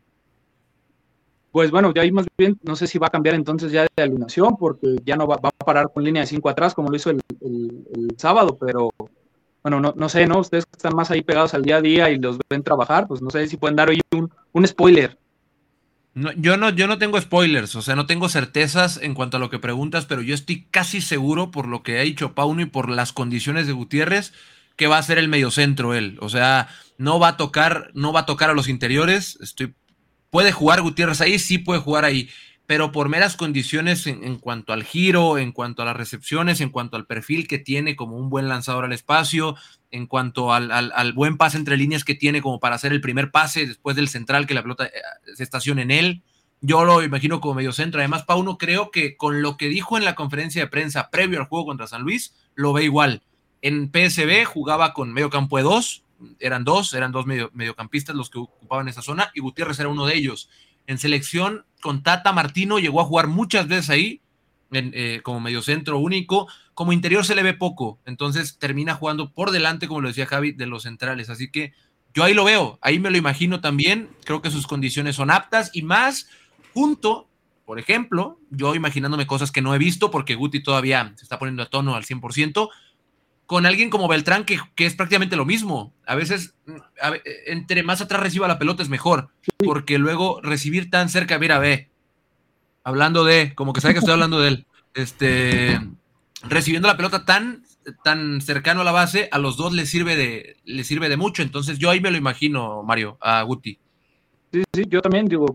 Pues bueno, de ahí más bien, no sé si va a cambiar entonces ya de alineación, porque ya no va a parar con línea de 5 atrás como lo hizo el sábado, pero bueno, no sé, ¿no? Ustedes que están más ahí pegados al día a día y los ven trabajar, pues no sé si pueden dar hoy un spoiler. No, yo no tengo spoilers, o sea, no tengo certezas en cuanto a lo que preguntas, pero yo estoy casi seguro por lo que ha dicho Pauno y por las condiciones de Gutiérrez que va a ser el mediocentro él. O sea, no va a tocar a los interiores. Puede jugar Gutiérrez ahí, sí puede jugar ahí, pero por meras condiciones en cuanto al giro, en cuanto a las recepciones, en cuanto al perfil que tiene como un buen lanzador al espacio, en cuanto al buen pase entre líneas que tiene como para hacer el primer pase después del central que la pelota se estacione en él. Yo lo imagino como mediocentro. Además, Pauno creo que con lo que dijo en la conferencia de prensa previo al juego contra San Luis, lo ve igual. En PSV jugaba con medio campo de dos mediocampistas los que ocupaban esa zona, y Gutiérrez era uno de ellos. En selección, con Tata Martino llegó a jugar muchas veces ahí, como mediocentro único. Como interior se le ve poco, entonces termina jugando por delante, como lo decía Javi, de los centrales. Así que yo ahí lo veo, ahí me lo imagino también. Creo que sus condiciones son aptas, y más junto, por ejemplo, yo imaginándome cosas que no he visto, porque Guti todavía se está poniendo a tono al 100%, con alguien como Beltrán, que es prácticamente lo mismo. A veces, entre más atrás reciba la pelota es mejor, porque luego recibir tan cerca, mira, hablando de, como que sabe que estoy hablando de él, recibiendo la pelota tan cercano a la base, a los dos les sirve de mucho. Entonces yo ahí me lo imagino, Mario, a Guti. Sí, yo también digo,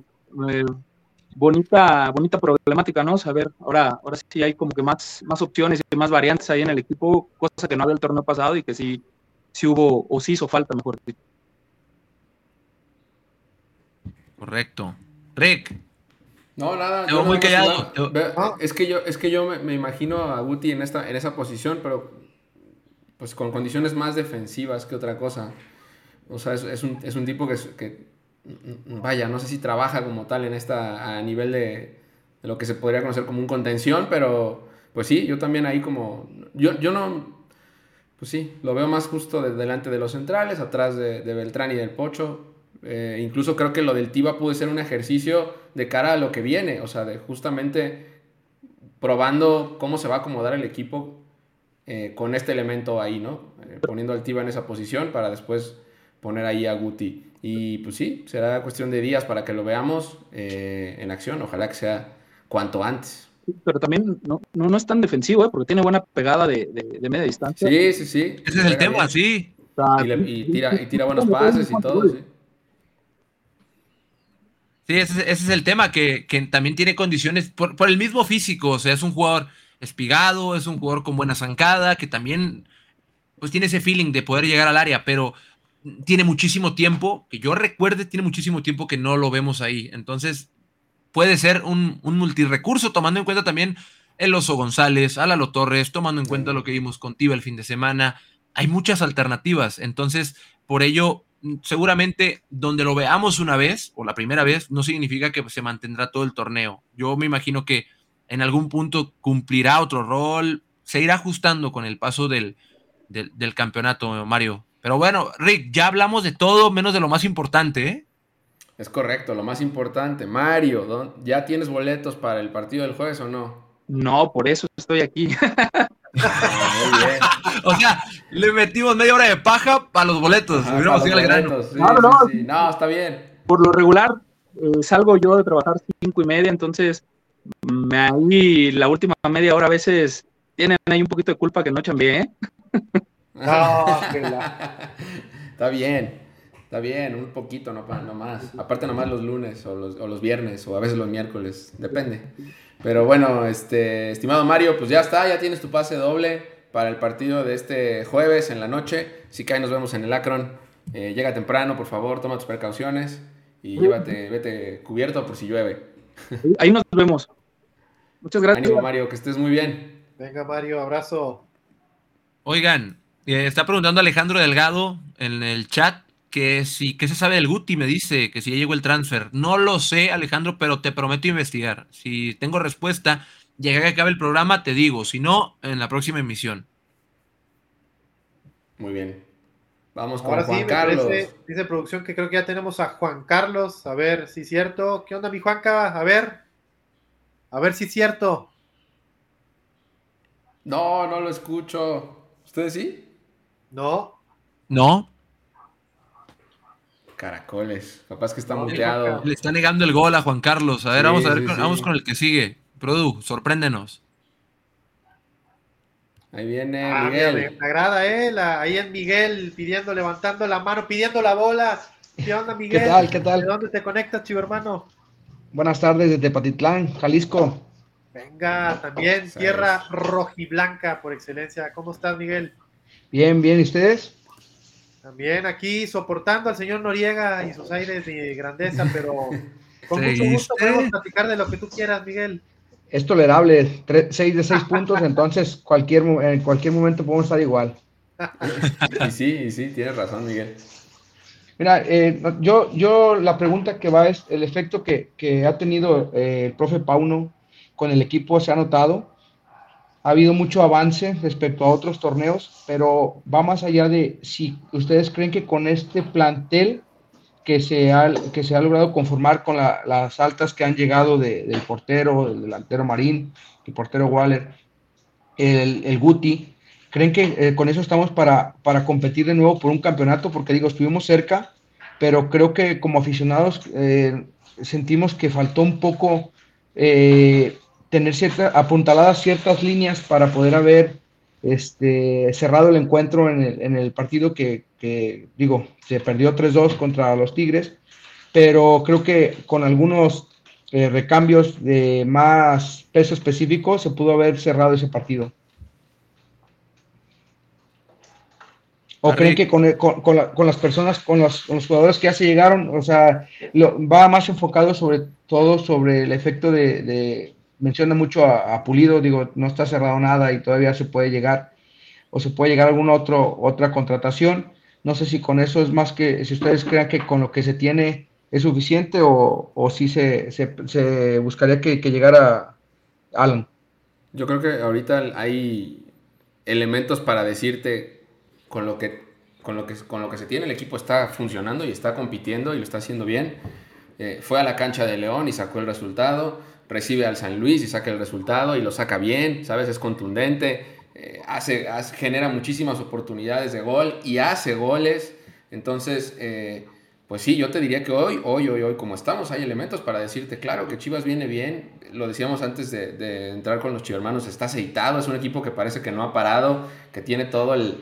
bonita problemática, ¿no? Saber, ahora sí hay como que más opciones y más variantes ahí en el equipo, cosa que no había el torneo pasado y que sí hubo, o sí hizo falta, mejor dicho. Correcto. Rick. No, nada. Yo muy callado. Es que yo me imagino a Guti en esa posición, pero pues con condiciones más defensivas que otra cosa. O sea, es un tipo que vaya, no sé si trabaja como tal a nivel de lo que se podría conocer como un contención, pero pues sí, yo también ahí como, yo no, pues sí, lo veo más justo delante de los centrales, atrás de Beltrán y del Pocho. Incluso creo que lo del Tiva puede ser un ejercicio de cara a lo que viene, o sea, de justamente probando cómo se va a acomodar el equipo con este elemento ahí, ¿no? Poniendo al Tiva en esa posición para después poner ahí a Guti. Y pues sí, será cuestión de días para que lo veamos en acción. Ojalá que sea cuanto antes. Pero también no es tan defensivo, porque tiene buena pegada de media distancia. Sí. Ese es el tema, sí. Y tira buenos pases y todo, sí. Sí, ese es el tema, que también tiene condiciones por el mismo físico. O sea, es un jugador espigado, es un jugador con buena zancada, que también pues tiene ese feeling de poder llegar al área, pero tiene muchísimo tiempo, que yo recuerde, tiene muchísimo tiempo que no lo vemos ahí. Entonces puede ser un multirrecurso, tomando en cuenta también el Oso González, a Lalo Torres, tomando en cuenta lo que vimos con Tiva el fin de semana. Hay muchas alternativas, entonces por ello seguramente donde lo veamos una vez o la primera vez no significa que se mantendrá todo el torneo. Yo me imagino que en algún punto cumplirá otro rol, se irá ajustando con el paso del campeonato, Mario. Pero bueno, Rick, ya hablamos de todo menos de lo más importante, ¿eh? Es correcto, lo más importante. Mario, ¿ya tienes boletos para el partido del jueves o no? No, por eso estoy aquí. Muy bien. O sea, le metimos media hora de paja para los boletos. Ajá, para los boletos. Sí. No, está bien. Por lo regular, salgo yo de trabajar 5:30, entonces ahí la última media hora a veces tienen ahí un poquito de culpa que no chambeé, ¿eh? Está bien. Está bien, un poquito, no más. Aparte nomás los lunes o los viernes o a veces los miércoles, depende. Pero bueno, estimado Mario, pues ya está, ya tienes tu pase doble para el partido de este jueves en la noche. Así que ahí nos vemos en el Akron. Llega temprano, por favor, toma tus precauciones y vete cubierto por si llueve. Ahí nos vemos. Muchas gracias. Ánimo, Mario, que estés muy bien. Venga, Mario, abrazo. Oigan, está preguntando Alejandro Delgado en el chat que qué se sabe del Guti, me dice que si ya llegó el transfer. No lo sé, Alejandro, pero te prometo investigar. Si tengo respuesta, llega que acabe el programa, te digo. Si no, en la próxima emisión. Muy bien. Vamos con Ahora Juan sí, Carlos. dice producción que creo que ya tenemos a Juan Carlos. A ver si es cierto. ¿Qué onda, mi Juanca? A ver si es cierto. No lo escucho. ¿Ustedes sí? No. ¿No? Caracoles. Capaz que está No, muteado. Le está negando el gol a Juan Carlos. A ver, Sí, vamos a ver, sí, sí. vamos con el que sigue. Produ, sorpréndenos. Ahí viene Mira, Miguel. me agrada, ahí es Miguel pidiendo, levantando la mano, pidiendo la bola. ¿Qué onda, Miguel? ¿Qué tal? ¿De dónde te conectas, chivo hermano? Buenas tardes desde Patitlán, Jalisco. Venga, también tierra rojiblanca por excelencia. ¿Cómo estás, Miguel? Bien, ¿y ustedes? También aquí soportando al señor Noriega y sus aires de grandeza, pero con mucho gusto podemos platicar de lo que tú quieras, Miguel. Es tolerable, 6 de 6 puntos, entonces en cualquier momento podemos estar igual. Y sí, tienes razón, Miguel. Mira, yo la pregunta que va es el efecto que ha tenido el profe Pauno con el equipo se ha notado. Ha habido mucho avance respecto a otros torneos, pero va más allá de si ustedes creen que con este plantel que se ha logrado conformar con las altas que han llegado del portero, del delantero Marín, el portero Waller, el Guti, ¿creen que con eso estamos para competir de nuevo por un campeonato? Porque digo, estuvimos cerca, pero creo que como aficionados sentimos que faltó un poco tener apuntaladas ciertas líneas para poder haber cerrado el encuentro en el partido que digo, se perdió 3-2 contra los Tigres, pero creo que con algunos recambios de más peso específico se pudo haber cerrado ese partido. ¿O creen que con las personas, con los jugadores que ya se llegaron, o sea, va más enfocado sobre todo sobre el efecto menciona mucho a Pulido, digo, no está cerrado nada y todavía se puede llegar, o se puede llegar a alguna otra contratación? No sé si con eso es más que, si ustedes creen que con lo que se tiene es suficiente o si se buscaría que llegara Alan. Yo creo que ahorita hay elementos para decirte con lo que se tiene, el equipo está funcionando y está compitiendo y lo está haciendo bien. Fue a la cancha de León y sacó el resultado, recibe al San Luis y saca el resultado y lo saca bien, ¿sabes? Es contundente, genera muchísimas oportunidades de gol y hace goles. Entonces, pues sí, yo te diría que hoy, como estamos, hay elementos para decirte, claro, que Chivas viene bien. Lo decíamos antes de entrar con los chivermanos, está aceitado, es un equipo que parece que no ha parado, que tiene todo el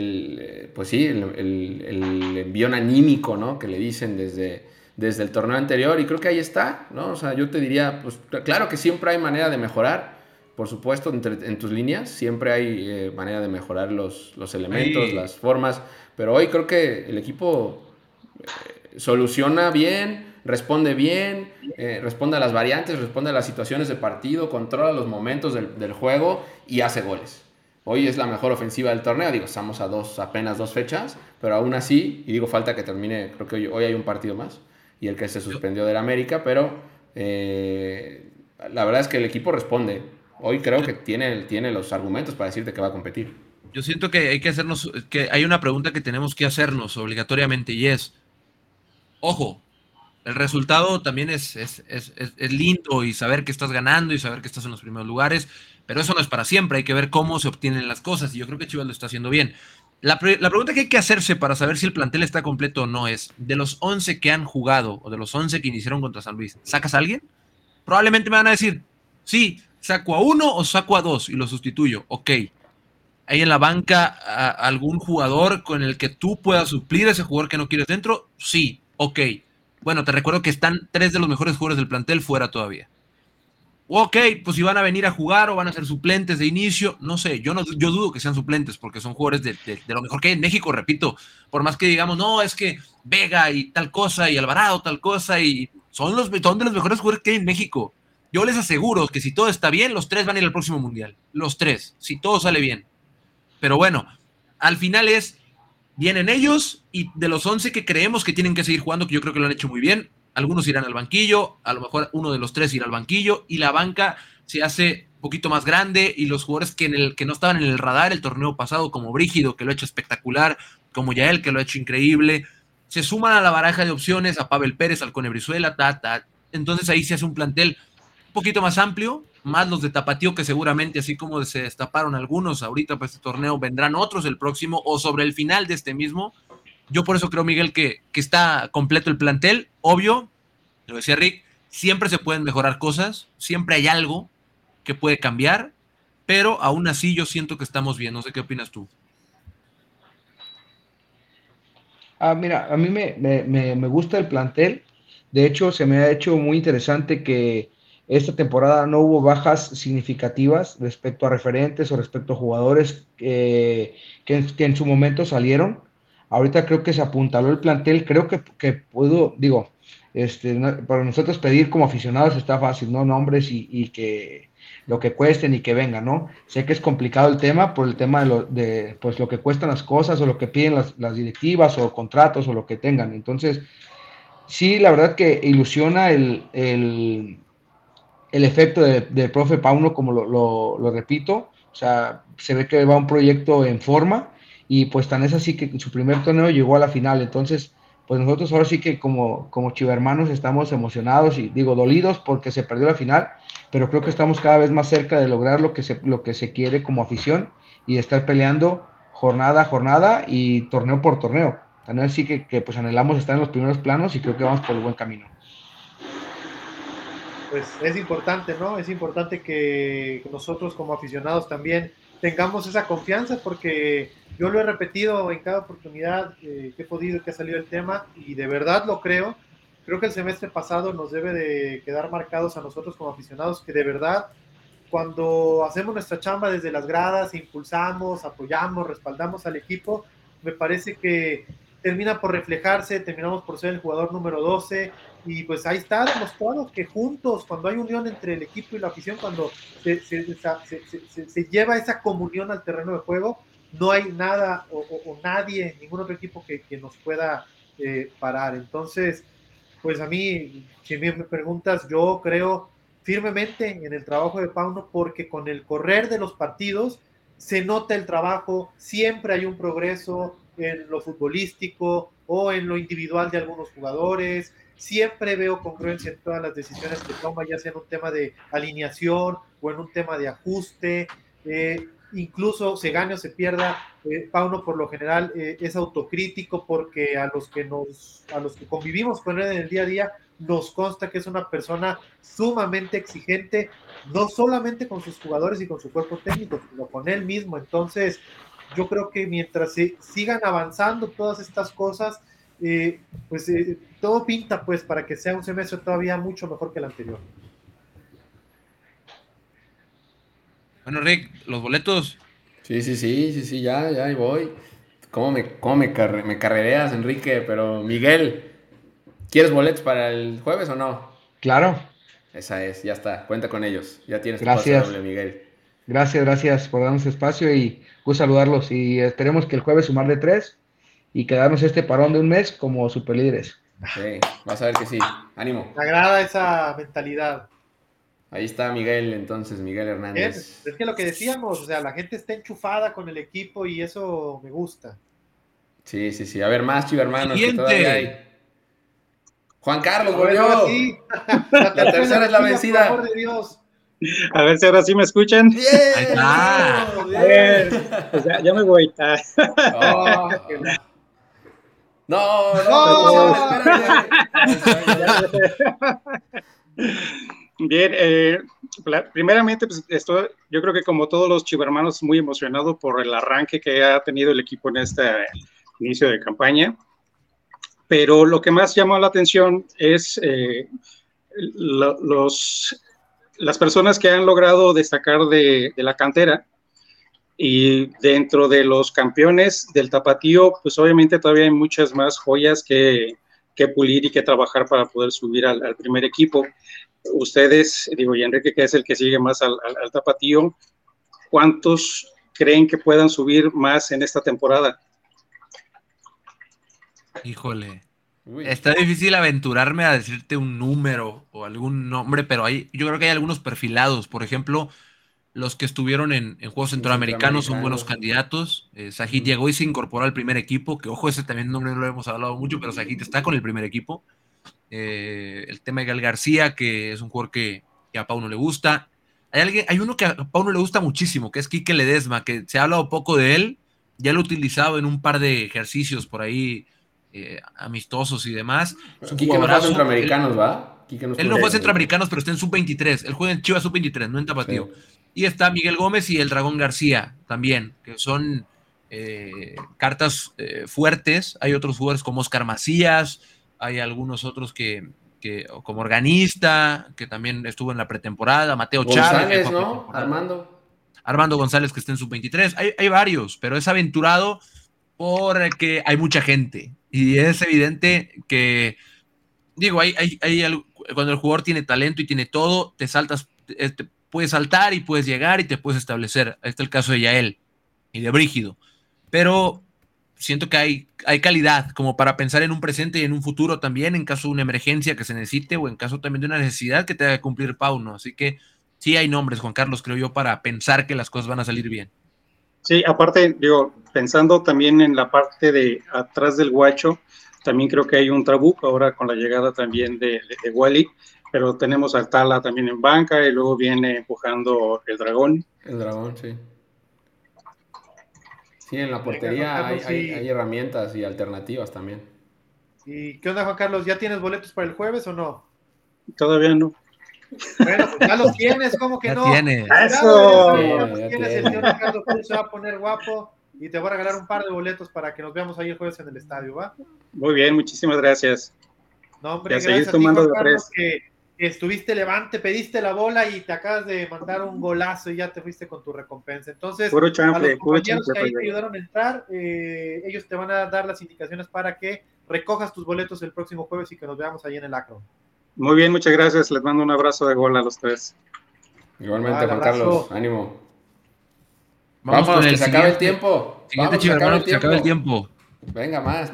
envión anímico, ¿no? Que le dicen desde el torneo anterior, y creo que ahí está, ¿no? O sea, yo te diría, pues claro que siempre hay manera de mejorar, por supuesto, en tus líneas, siempre hay manera de mejorar los elementos, las formas, pero hoy creo que el equipo soluciona bien, responde bien, responde a las variantes, responde a las situaciones de partido, controla los momentos del juego y hace goles. Hoy es la mejor ofensiva del torneo, digo, estamos a apenas 2 fechas, pero aún así, y digo, falta que termine, creo que hoy hay un partido más, y el que se suspendió del América, pero la verdad es que el equipo responde. Hoy creo que tiene los argumentos para decirte que va a competir. Yo siento que hay una pregunta que tenemos que hacernos obligatoriamente, y es, ojo, el resultado también es lindo, y saber que estás ganando y saber que estás en los primeros lugares, pero eso no es para siempre, hay que ver cómo se obtienen las cosas, y yo creo que Chivas lo está haciendo bien. La pregunta que hay que hacerse para saber si el plantel está completo o no es, de los 11 que han jugado, o de los 11 que iniciaron contra San Luis, ¿sacas a alguien? Probablemente me van a decir, sí, saco a uno o saco a dos y lo sustituyo, ok. ¿Hay en la banca algún jugador con el que tú puedas suplir a ese jugador que no quieres dentro? Sí, ok. Bueno, te recuerdo que están 3 de los mejores jugadores del plantel fuera todavía. Ok, pues si van a venir a jugar o van a ser suplentes de inicio, no sé, yo dudo que sean suplentes porque son jugadores de lo mejor que hay en México, repito, por más que digamos, no, es que Vega y tal cosa y Alvarado tal cosa y son de los mejores jugadores que hay en México. Yo les aseguro que si todo está bien, los 3 van a ir al próximo mundial, los 3, si todo sale bien. Pero bueno, al final vienen ellos y de los 11 que creemos que tienen que seguir jugando, que yo creo que lo han hecho muy bien, algunos irán al banquillo, a lo mejor uno de los 3 irá al banquillo y la banca se hace un poquito más grande y los jugadores que no estaban en el radar el torneo pasado, como Brígido, que lo ha hecho espectacular, como Yael, que lo ha hecho increíble, se suman a la baraja de opciones, a Pavel Pérez, al Cone Brizuela, entonces ahí se hace un plantel un poquito más amplio, más los de Tapatío que seguramente así como se destaparon algunos ahorita para este torneo, vendrán otros el próximo o sobre el final de este mismo. Yo por eso creo, Miguel, que está completo el plantel. Obvio, lo decía Rick, siempre se pueden mejorar cosas, siempre hay algo que puede cambiar, pero aún así yo siento que estamos bien. No sé qué opinas tú. Mira, a mí me gusta el plantel. De hecho, se me ha hecho muy interesante que esta temporada no hubo bajas significativas respecto a referentes o respecto a jugadores que en su momento salieron. Ahorita creo que se apuntaló el plantel. Creo que puedo, digo, para nosotros pedir como aficionados está fácil, ¿no? Nombres y que lo que cuesten y que vengan, ¿no? Sé que es complicado el tema por el tema de pues, lo que cuestan las cosas o lo que piden las directivas o contratos o lo que tengan. Entonces, sí, la verdad que ilusiona el efecto del profe Pauno, como lo repito. O sea, se ve que va un proyecto en forma y pues tan es así que su primer torneo llegó a la final. Entonces, pues nosotros ahora sí que como chivermanos estamos emocionados y digo dolidos porque se perdió la final, pero creo que estamos cada vez más cerca de lograr lo que se quiere como afición y de estar peleando jornada a jornada y torneo por torneo. También así que pues anhelamos estar en los primeros planos y creo que vamos por el buen camino. Pues es importante, ¿no? Es importante que nosotros como aficionados también tengamos esa confianza porque yo lo he repetido en cada oportunidad que he podido, que ha salido el tema y de verdad lo creo. Creo que el semestre pasado nos debe de quedar marcados a nosotros como aficionados que de verdad cuando hacemos nuestra chamba desde las gradas, impulsamos, apoyamos, respaldamos al equipo, me parece que termina por reflejarse, terminamos por ser el jugador número 12 y pues ahí está demostrado que juntos, cuando hay unión entre el equipo y la afición, cuando se lleva esa comunión al terreno de juego, no hay nada o nadie, ningún otro equipo que nos pueda parar. Entonces, pues a mí, si me preguntas, yo creo firmemente en el trabajo de Pauno porque con el correr de los partidos se nota el trabajo, siempre hay un progreso en lo futbolístico o en lo individual de algunos jugadores, siempre veo congruencia en todas las decisiones que toma, ya sea en un tema de alineación o en un tema de ajuste, incluso se gane o se pierda, Pauno por lo general es autocrítico porque a los que convivimos con él en el día a día nos consta que es una persona sumamente exigente, no solamente con sus jugadores y con su cuerpo técnico, sino con él mismo. Entonces, yo creo que mientras sigan avanzando todas estas cosas, pues todo pinta pues para que sea un semestre todavía mucho mejor que el anterior. Bueno, Rick, los boletos. Sí, ya ahí voy. ¿Cómo me carrereas, Enrique? Pero Miguel, ¿quieres boletos para el jueves o no? Claro. Esa es, ya está, cuenta con ellos. Ya tienes tu Gracias. pase doble, Miguel. Gracias por darnos espacio y gusto saludarlos. Y esperemos que el jueves sumar de 3 y quedarnos este parón de un mes como superlíderes. Sí, vas a ver que sí. Ánimo. Me agrada esa mentalidad. Ahí está Miguel, entonces, Miguel Hernández. Es que lo que decíamos, o sea, la gente está enchufada con el equipo y eso me gusta. Sí. A ver, más chivermanos Siguiente. que todavía hay. Juan Carlos volvió. Sí. La tercera es la vencida. Por favor de Dios. A ver si ahora sí me escuchan. ¡Bien! Ahí está. Bien. Pues ya me voy. Oh. No, ¡No! espérate. Bien, primeramente, pues yo creo que como todos los chivermanos, muy emocionado por el arranque que ha tenido el equipo en este inicio de campaña. Pero lo que más llamó la atención es las personas que han logrado destacar de la cantera. Y dentro de los campeones del Tapatío, pues obviamente todavía hay muchas más joyas que pulir y que trabajar para poder subir al primer equipo. Ustedes, digo, y Enrique, que es el que sigue más al Tapatío, ¿cuántos creen que puedan subir más en esta temporada? Híjole, está difícil aventurarme a decirte un número o algún nombre, pero yo creo que hay algunos perfilados. Por ejemplo, los que estuvieron en Juegos Centroamericanos son buenos candidatos. Sajid llegó y se incorporó al primer equipo, que ojo, ese también nombre no lo hemos hablado mucho, pero Sajid está con el primer equipo. El tema de Gal García, que es un jugador que a Pau no le gusta. Hay uno que a Pau no le gusta muchísimo, que es Quique Ledesma, que se ha hablado poco de él, ya lo he utilizado en un par de ejercicios por ahí, amistosos y demás. Es un Quique no fue centroamericanos, ¿va? Él no fue centroamericanos, pero está en sub-23. Él juega en Chivas sub-23, no en Tapatío. Sí. Y está Miguel Gómez y el Dragón García también, que son cartas fuertes. Hay otros jugadores como Oscar Macías, hay algunos otros que como organista, que también estuvo en la pretemporada, Mateo Chávez, ¿no? Armando González, que está en sub-23. Hay varios, pero es aventurado porque hay mucha gente. Y es evidente que, digo, cuando el jugador tiene talento y tiene todo, te puedes saltar y puedes llegar y te puedes establecer. Ahí está el caso de Yael y de Brígido. Pero siento que hay calidad como para pensar en un presente y en un futuro también, en caso de una emergencia que se necesite o en caso también de una necesidad que tenga que cumplir Pau, ¿no? Así que sí hay nombres, Juan Carlos, creo yo, para pensar que las cosas van a salir bien. Sí, aparte, digo, pensando también en la parte de atrás del Guacho, también creo que hay un Trabuco ahora con la llegada también de Wally, pero tenemos a Tala también en banca y luego viene empujando el Dragón. El Dragón, sí. Sí, en la portería hay herramientas y alternativas también. ¿Y qué onda, Juan Carlos? ¿Ya tienes boletos para el jueves o no? Todavía no. Bueno, pues ya los tienes, ¿cómo que ya no? Tienes. ¡Eso! Ya los tienes, el señor Ricardo Cruz se va a poner guapo y te voy a regalar un par de boletos para que nos veamos ahí el jueves en el estadio, ¿va? Muy bien, muchísimas gracias. No, hombre, gracias a ti, Juan Carlos, que estuviste levante, pediste la bola y te acabas de mandar un golazo y ya te fuiste con tu recompensa. Entonces, puro chample, a los compañeros que ahí te ayudaron a entrar, ellos te van a dar las indicaciones para que recojas tus boletos el próximo jueves y que nos veamos ahí en el Acro. Muy bien, muchas gracias. Les mando un abrazo de gol a los tres. Igualmente, Juan Carlos, ánimo. Vamos con que se acabe el tiempo. Siguiente chivermano, que se acabe el tiempo. Venga, más.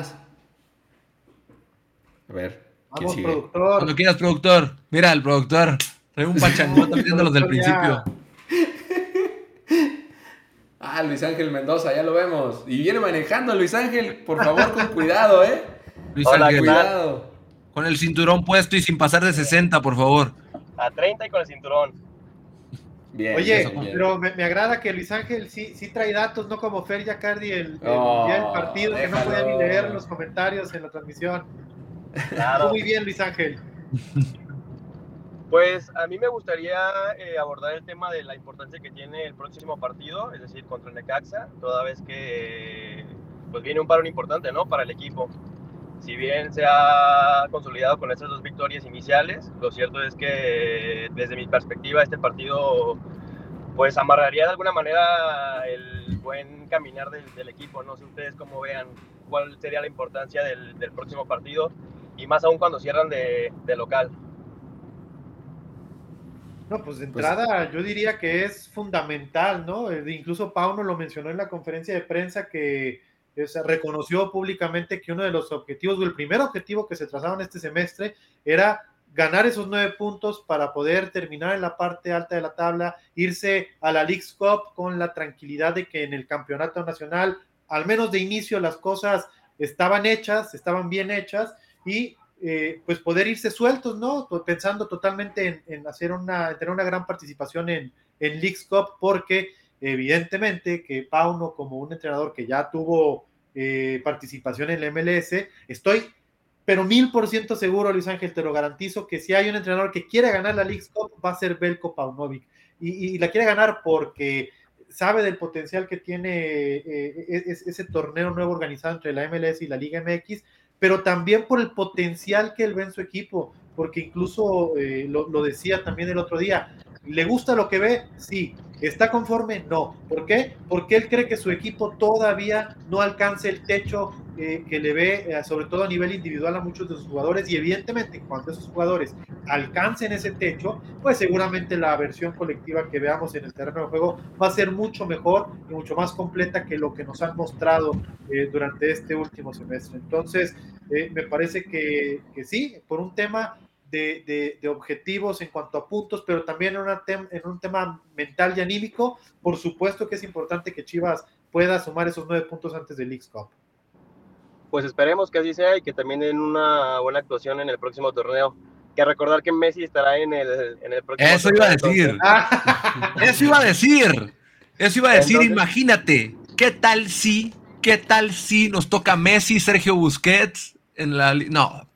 A ver. Vamos, productor. Cuando quieras, productor. Mira, el productor. Trae un pachangón viendo los del principio. Luis Ángel Mendoza, ya lo vemos. Y viene manejando Luis Ángel, por favor, con cuidado, Luis Ángel, cuidado. Con el cinturón puesto y sin pasar de 60, por favor. A 30 y con el cinturón. Bien. Oye, pero me agrada que Luis Ángel sí trae datos, no como Fer Yacardi el partido, déjalo, que no podía ni leer los comentarios en la transmisión. Claro. Muy bien, Luis Ángel. Pues a mí me gustaría abordar el tema de la importancia que tiene el próximo partido, es decir, contra el Necaxa, toda vez que pues viene un parón importante, ¿no?, para el equipo. Si bien se ha consolidado con estas 2 victorias iniciales, lo cierto es que desde mi perspectiva este partido pues amarraría de alguna manera el buen caminar del equipo. No sé ustedes cómo vean cuál sería la importancia del próximo partido y más aún cuando cierran de local. No, pues de entrada yo diría que es fundamental, ¿no? Incluso Pauno lo mencionó en la conferencia de prensa que reconoció públicamente que uno de los objetivos, o el primer objetivo que se trazaron este semestre era ganar esos 9 puntos para poder terminar en la parte alta de la tabla, irse a la Leagues Cup con la tranquilidad de que en el campeonato nacional, al menos de inicio, las cosas estaban bien hechas y pues poder irse sueltos, ¿no? Pensando totalmente en tener una gran participación en Leagues Cup, porque evidentemente que Pauno, como un entrenador que ya tuvo participación en la MLS, estoy pero 1000% seguro, Luis Ángel, te lo garantizo, que si hay un entrenador que quiere ganar la Leagues Cup, va a ser Veljko Paunovic, y la quiere ganar porque sabe del potencial que tiene ese torneo nuevo organizado entre la MLS y la Liga MX, pero también por el potencial que él ve en su equipo, porque incluso lo decía también el otro día, ¿le gusta lo que ve? Sí. ¿Está conforme? No. ¿Por qué? Porque él cree que su equipo todavía no alcance el techo que le ve, sobre todo a nivel individual, a muchos de sus jugadores, y evidentemente cuando esos jugadores alcancen ese techo, pues seguramente la versión colectiva que veamos en el terreno de juego va a ser mucho mejor y mucho más completa que lo que nos han mostrado durante este último semestre. Entonces, me parece que sí, por un tema de objetivos en cuanto a puntos, pero también en un tema mental y anímico, por supuesto que es importante que Chivas pueda sumar esos 9 puntos antes del Leagues Cup. Pues esperemos que así sea y que también den una buena actuación en el próximo torneo. Que recordar que Messi estará en el próximo Eso torneo. Iba a decir. Eso iba a decir. Entonces, imagínate, ¿qué tal si nos toca Messi, Sergio Busquets en la... No,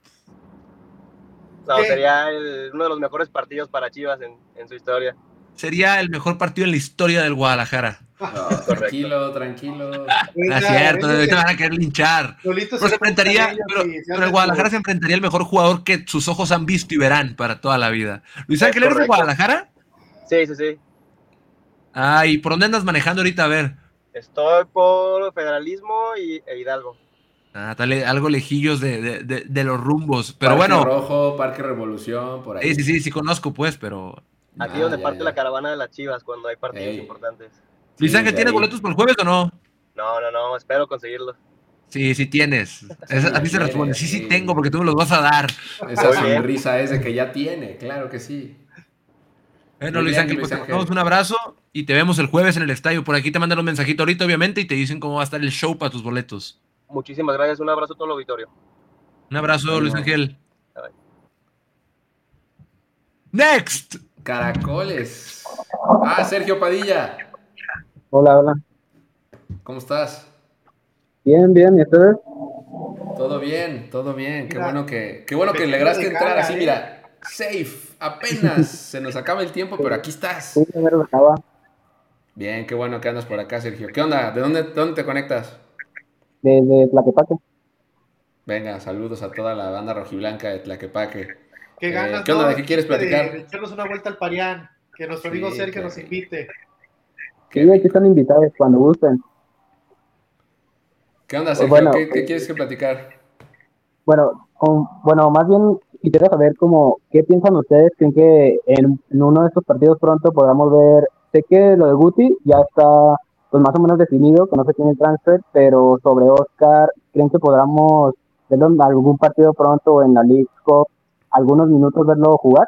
sería uno de los mejores partidos para Chivas en su historia. Sería el mejor partido en la historia del Guadalajara. No, tranquilo. No es cierto, ahorita van a querer linchar. Pero el Guadalajara se enfrentaría al mejor jugador que sus ojos han visto y verán para toda la vida. Luis Ángel, ¿eres de Guadalajara? Sí. ¿Y por dónde andas manejando ahorita? A ver. Estoy por Federalismo e Hidalgo. Dale, algo lejillos de los rumbos. Pero Parque bueno. Rojo, Parque Revolución, por ahí. Sí conozco, pues, pero... Aquí donde parte la caravana de las Chivas cuando hay partidos importantes. Luis Ángel, ¿tienes boletos por el jueves o no? No, espero conseguirlos. Sí tienes. Así se responde. Sí tengo, porque tú me los vas a dar. Esa sonrisa es de que ya tiene, claro que sí. Bueno, Luis Ángel, pues te mandamos un abrazo y te vemos el jueves en el estadio. Por aquí te mandan un mensajito ahorita, obviamente, y te dicen cómo va a estar el show para tus boletos. Muchísimas gracias. Un abrazo a todo el auditorio. Un abrazo, Luis Ángel. Next. Caracoles. Sergio Padilla. Hola. ¿Cómo estás? Bien, ¿y ustedes? Todo bien. Qué bueno que lograste entrar así, mira. Safe. Apenas se nos acaba el tiempo, pero aquí estás. Sí, me lo acaba. Bien, qué bueno que andas por acá, Sergio. ¿Qué onda? ¿De dónde te conectas? Desde Tlaquepaque. Venga, saludos a toda la banda rojiblanca de Tlaquepaque. ¿Qué ganas? ¿Qué onda? ¿De qué quieres platicar? De echarnos una vuelta al Parián, que nuestro amigo Sergio nos invite. Sí, aquí están invitados cuando gusten. ¿Qué onda, Sergio? ¿Qué quieres que platicar? Bueno, más bien quisiera saber qué piensan ustedes. ¿Creen que en uno de estos partidos pronto podamos ver? Sé que lo de Guti ya está pues más o menos definido, que no se tiene el transfer, pero sobre Oscar, ¿creen que podamos verlo en algún partido pronto o en la Leagues Cup, algunos minutos verlo jugar?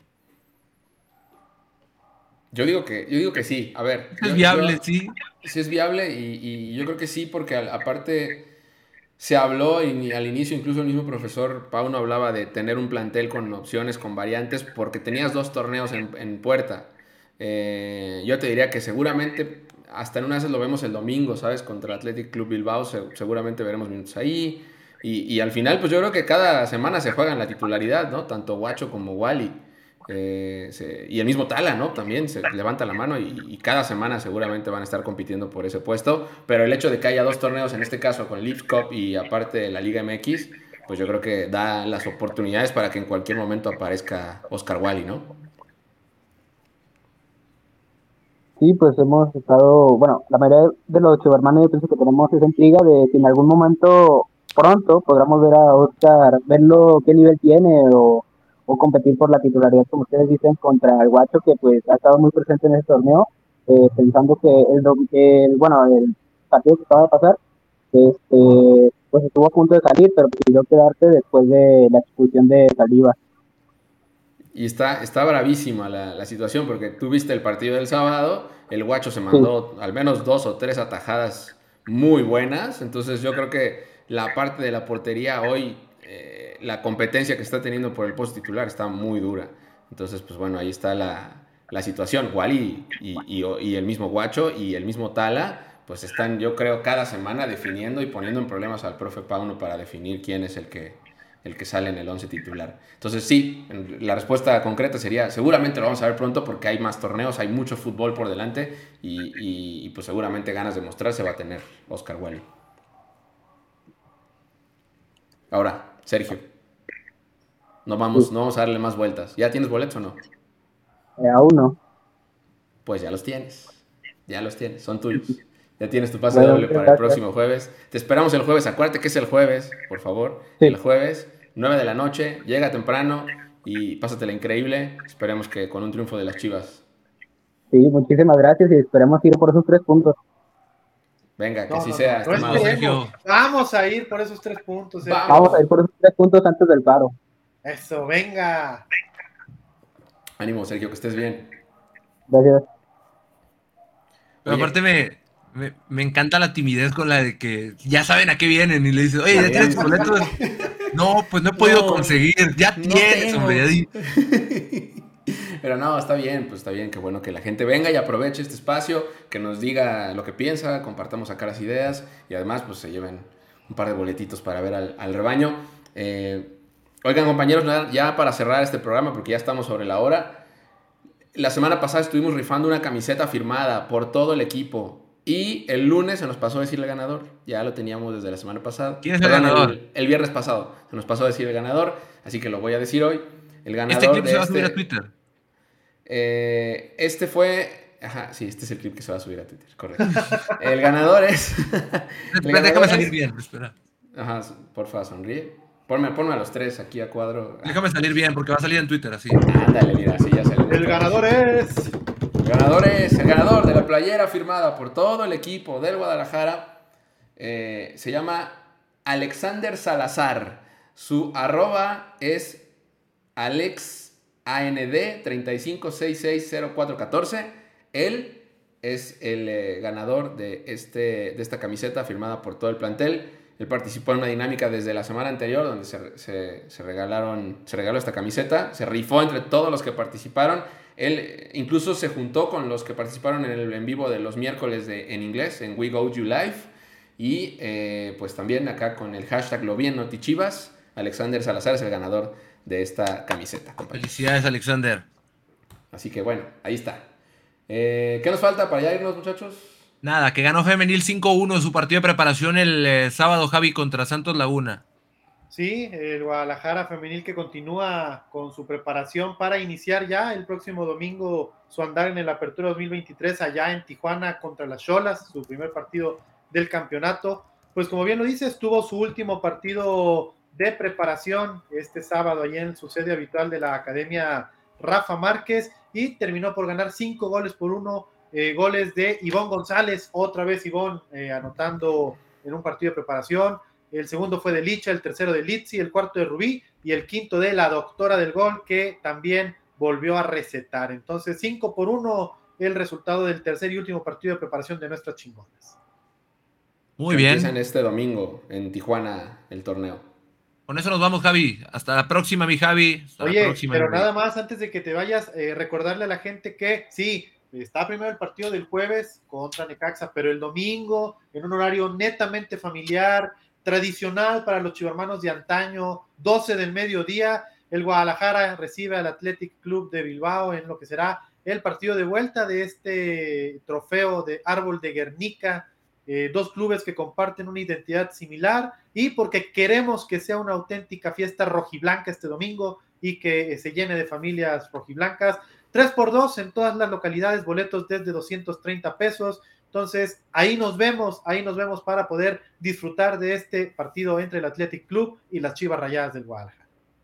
Yo digo que sí. A ver. Es viable, sí. Sí es viable y yo creo que sí, porque aparte se habló al inicio, incluso el mismo profesor Pauno hablaba de tener un plantel con opciones, con variantes, porque tenías 2 torneos en puerta. Yo te diría que seguramente hasta en una vez lo vemos el domingo, ¿sabes? Contra el Athletic Club Bilbao, seguramente veremos minutos ahí. Y al final, pues yo creo que cada semana se juegan la titularidad, ¿no? Tanto Guacho como Wally. Y el mismo Tala, ¿no? También se levanta la mano y cada semana seguramente van a estar compitiendo por ese puesto, pero el hecho de que haya 2 torneos, en este caso con Leagues Cup y aparte la Liga MX, pues yo creo que da las oportunidades para que en cualquier momento aparezca Oscar Wally, ¿no? Sí, pues hemos estado, la mayoría de los chivermanos yo pienso que tenemos esa intriga de si en algún momento pronto podamos ver a Oscar, verlo qué nivel tiene o competir por la titularidad, como ustedes dicen, contra el Guacho, que pues ha estado muy presente en ese torneo, pensando que el partido que acaba de pasar, pues estuvo a punto de salir, pero decidió quedarse después de la expulsión de Saldívar. Y está bravísima la situación, porque tú viste el partido del sábado, el Guacho se mandó al menos 2 o 3 atajadas muy buenas, entonces yo creo que la parte de la portería hoy, la competencia que está teniendo por el post titular está muy dura. Entonces, pues bueno, ahí está la situación. Wally y el mismo Guacho y el mismo Tala, pues están, yo creo, cada semana definiendo y poniendo en problemas al profe Pauno para definir quién es el que el que sale en el 11 titular. Entonces sí, la respuesta concreta sería, seguramente lo vamos a ver pronto porque hay más torneos, hay mucho fútbol por delante y pues seguramente ganas de mostrarse va a tener Oscar Wally. Ahora, Sergio, no vamos a darle más vueltas. ¿Ya tienes boletos o no? Aún no. Pues ya los tienes, son tuyos. Ya tienes tu pase doble para el próximo jueves. Te esperamos el jueves, acuérdate que es el jueves, por favor. Sí. El jueves, 9 de la noche, llega temprano y pásatela increíble. Esperemos que con un triunfo de las Chivas. Sí, muchísimas gracias y esperemos ir por esos 3 puntos. Venga, que así sea, estimado Sergio. Vamos a ir por esos 3 puntos. Vamos a ir por esos 3 puntos antes del paro. Eso, venga. Ánimo, Sergio, que estés bien. Gracias. Pero aparte me encanta la timidez con la de que ya saben a qué vienen y le dices, oye, ¿ya tienes boletos? No, pues no he podido conseguir. Ya tienes, hombre. Pero no, está bien, pues está bien, qué bueno que la gente venga y aproveche este espacio, que nos diga lo que piensa, compartamos acá las ideas y además pues se lleven un par de boletitos para ver al rebaño. Oigan, compañeros, ya para cerrar este programa, porque ya estamos sobre la hora, la semana pasada estuvimos rifando una camiseta firmada por todo el equipo y el lunes se nos pasó a decir el ganador. Ya lo teníamos desde la semana pasada. ¿Quién es el ganador? El viernes pasado se nos pasó a decir el ganador, así que lo voy a decir hoy. El ganador ¿Este clip se va a subir a Twitter? Este fue... Ajá, sí, este es el clip que se va a subir a Twitter, correcto. El ganador es... Déjame salir bien, espera. Ajá, porfa, sonríe. Ponme a los 3 aquí a cuadro. Déjame salir bien, porque va a salir en Twitter así. Ándale, mira, así ya salió. El ganador es... El ganador de la playera firmada por todo el equipo del Guadalajara. Se llama Alexander Salazar. Su @, es AlexAND35660414. Él es el ganador de esta camiseta firmada por todo el plantel. Él participó en una dinámica desde la semana anterior donde se regaló esta camiseta. Se rifó entre todos los que participaron. Él incluso se juntó con los que participaron en el en vivo de los miércoles en inglés, en We Go You Live. Y pues también acá con el hashtag #LoBienNotiChivas, Alexander Salazar es el ganador de esta camiseta. Compañero. Felicidades, Alexander. Así que bueno, ahí está. ¿Qué nos falta para ya irnos, muchachos? Nada, que ganó Femenil 5-1 su partido de preparación el sábado, Javi, contra Santos Laguna. Sí, el Guadalajara Femenil que continúa con su preparación para iniciar ya el próximo domingo su andar en el Apertura 2023 allá en Tijuana contra las Xolas, su primer partido del campeonato. Pues como bien lo dices, tuvo su último partido de preparación este sábado allá en su sede habitual de la Academia Rafa Márquez y terminó por ganar 5-1, goles de Ivonne González, otra vez Ivonne anotando en un partido de preparación. El segundo fue de Licha, el tercero de Litsi, el cuarto de Rubí y el quinto de la doctora del gol que también volvió a recetar. Entonces 5-1 el resultado del tercer y último partido de preparación de nuestras chingonas. Muy bien. Empiezan este domingo en Tijuana el torneo. Con eso nos vamos, Javi. Hasta la próxima, mi Javi. Oye, pero nada más antes de que te vayas, recordarle a la gente que sí, está primero el partido del jueves contra Necaxa, pero el domingo, en un horario netamente familiar, tradicional para los chivermanos de antaño, 12 del mediodía, el Guadalajara recibe al Athletic Club de Bilbao en lo que será el partido de vuelta de este trofeo de Árbol de Guernica, dos clubes que comparten una identidad similar y porque queremos que sea una auténtica fiesta rojiblanca este domingo y que se llene de familias rojiblancas. 3x2 en todas las localidades, boletos desde 230 pesos. Entonces, ahí nos vemos para poder disfrutar de este partido entre el Athletic Club y las Chivas Rayadas del Guadalajara.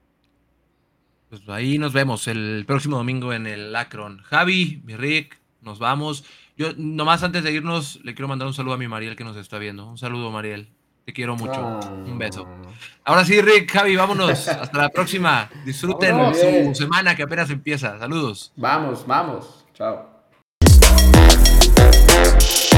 Pues ahí nos vemos el próximo domingo en el Akron. Javi, mi Rick, nos vamos. Yo nomás antes de irnos le quiero mandar un saludo a mi Mariel que nos está viendo. Un saludo, Mariel. Te quiero mucho. Un beso. Ahora sí, Rick, Javi, vámonos. Hasta la próxima. Disfruten su semana que apenas empieza. Saludos. Vamos. Chao.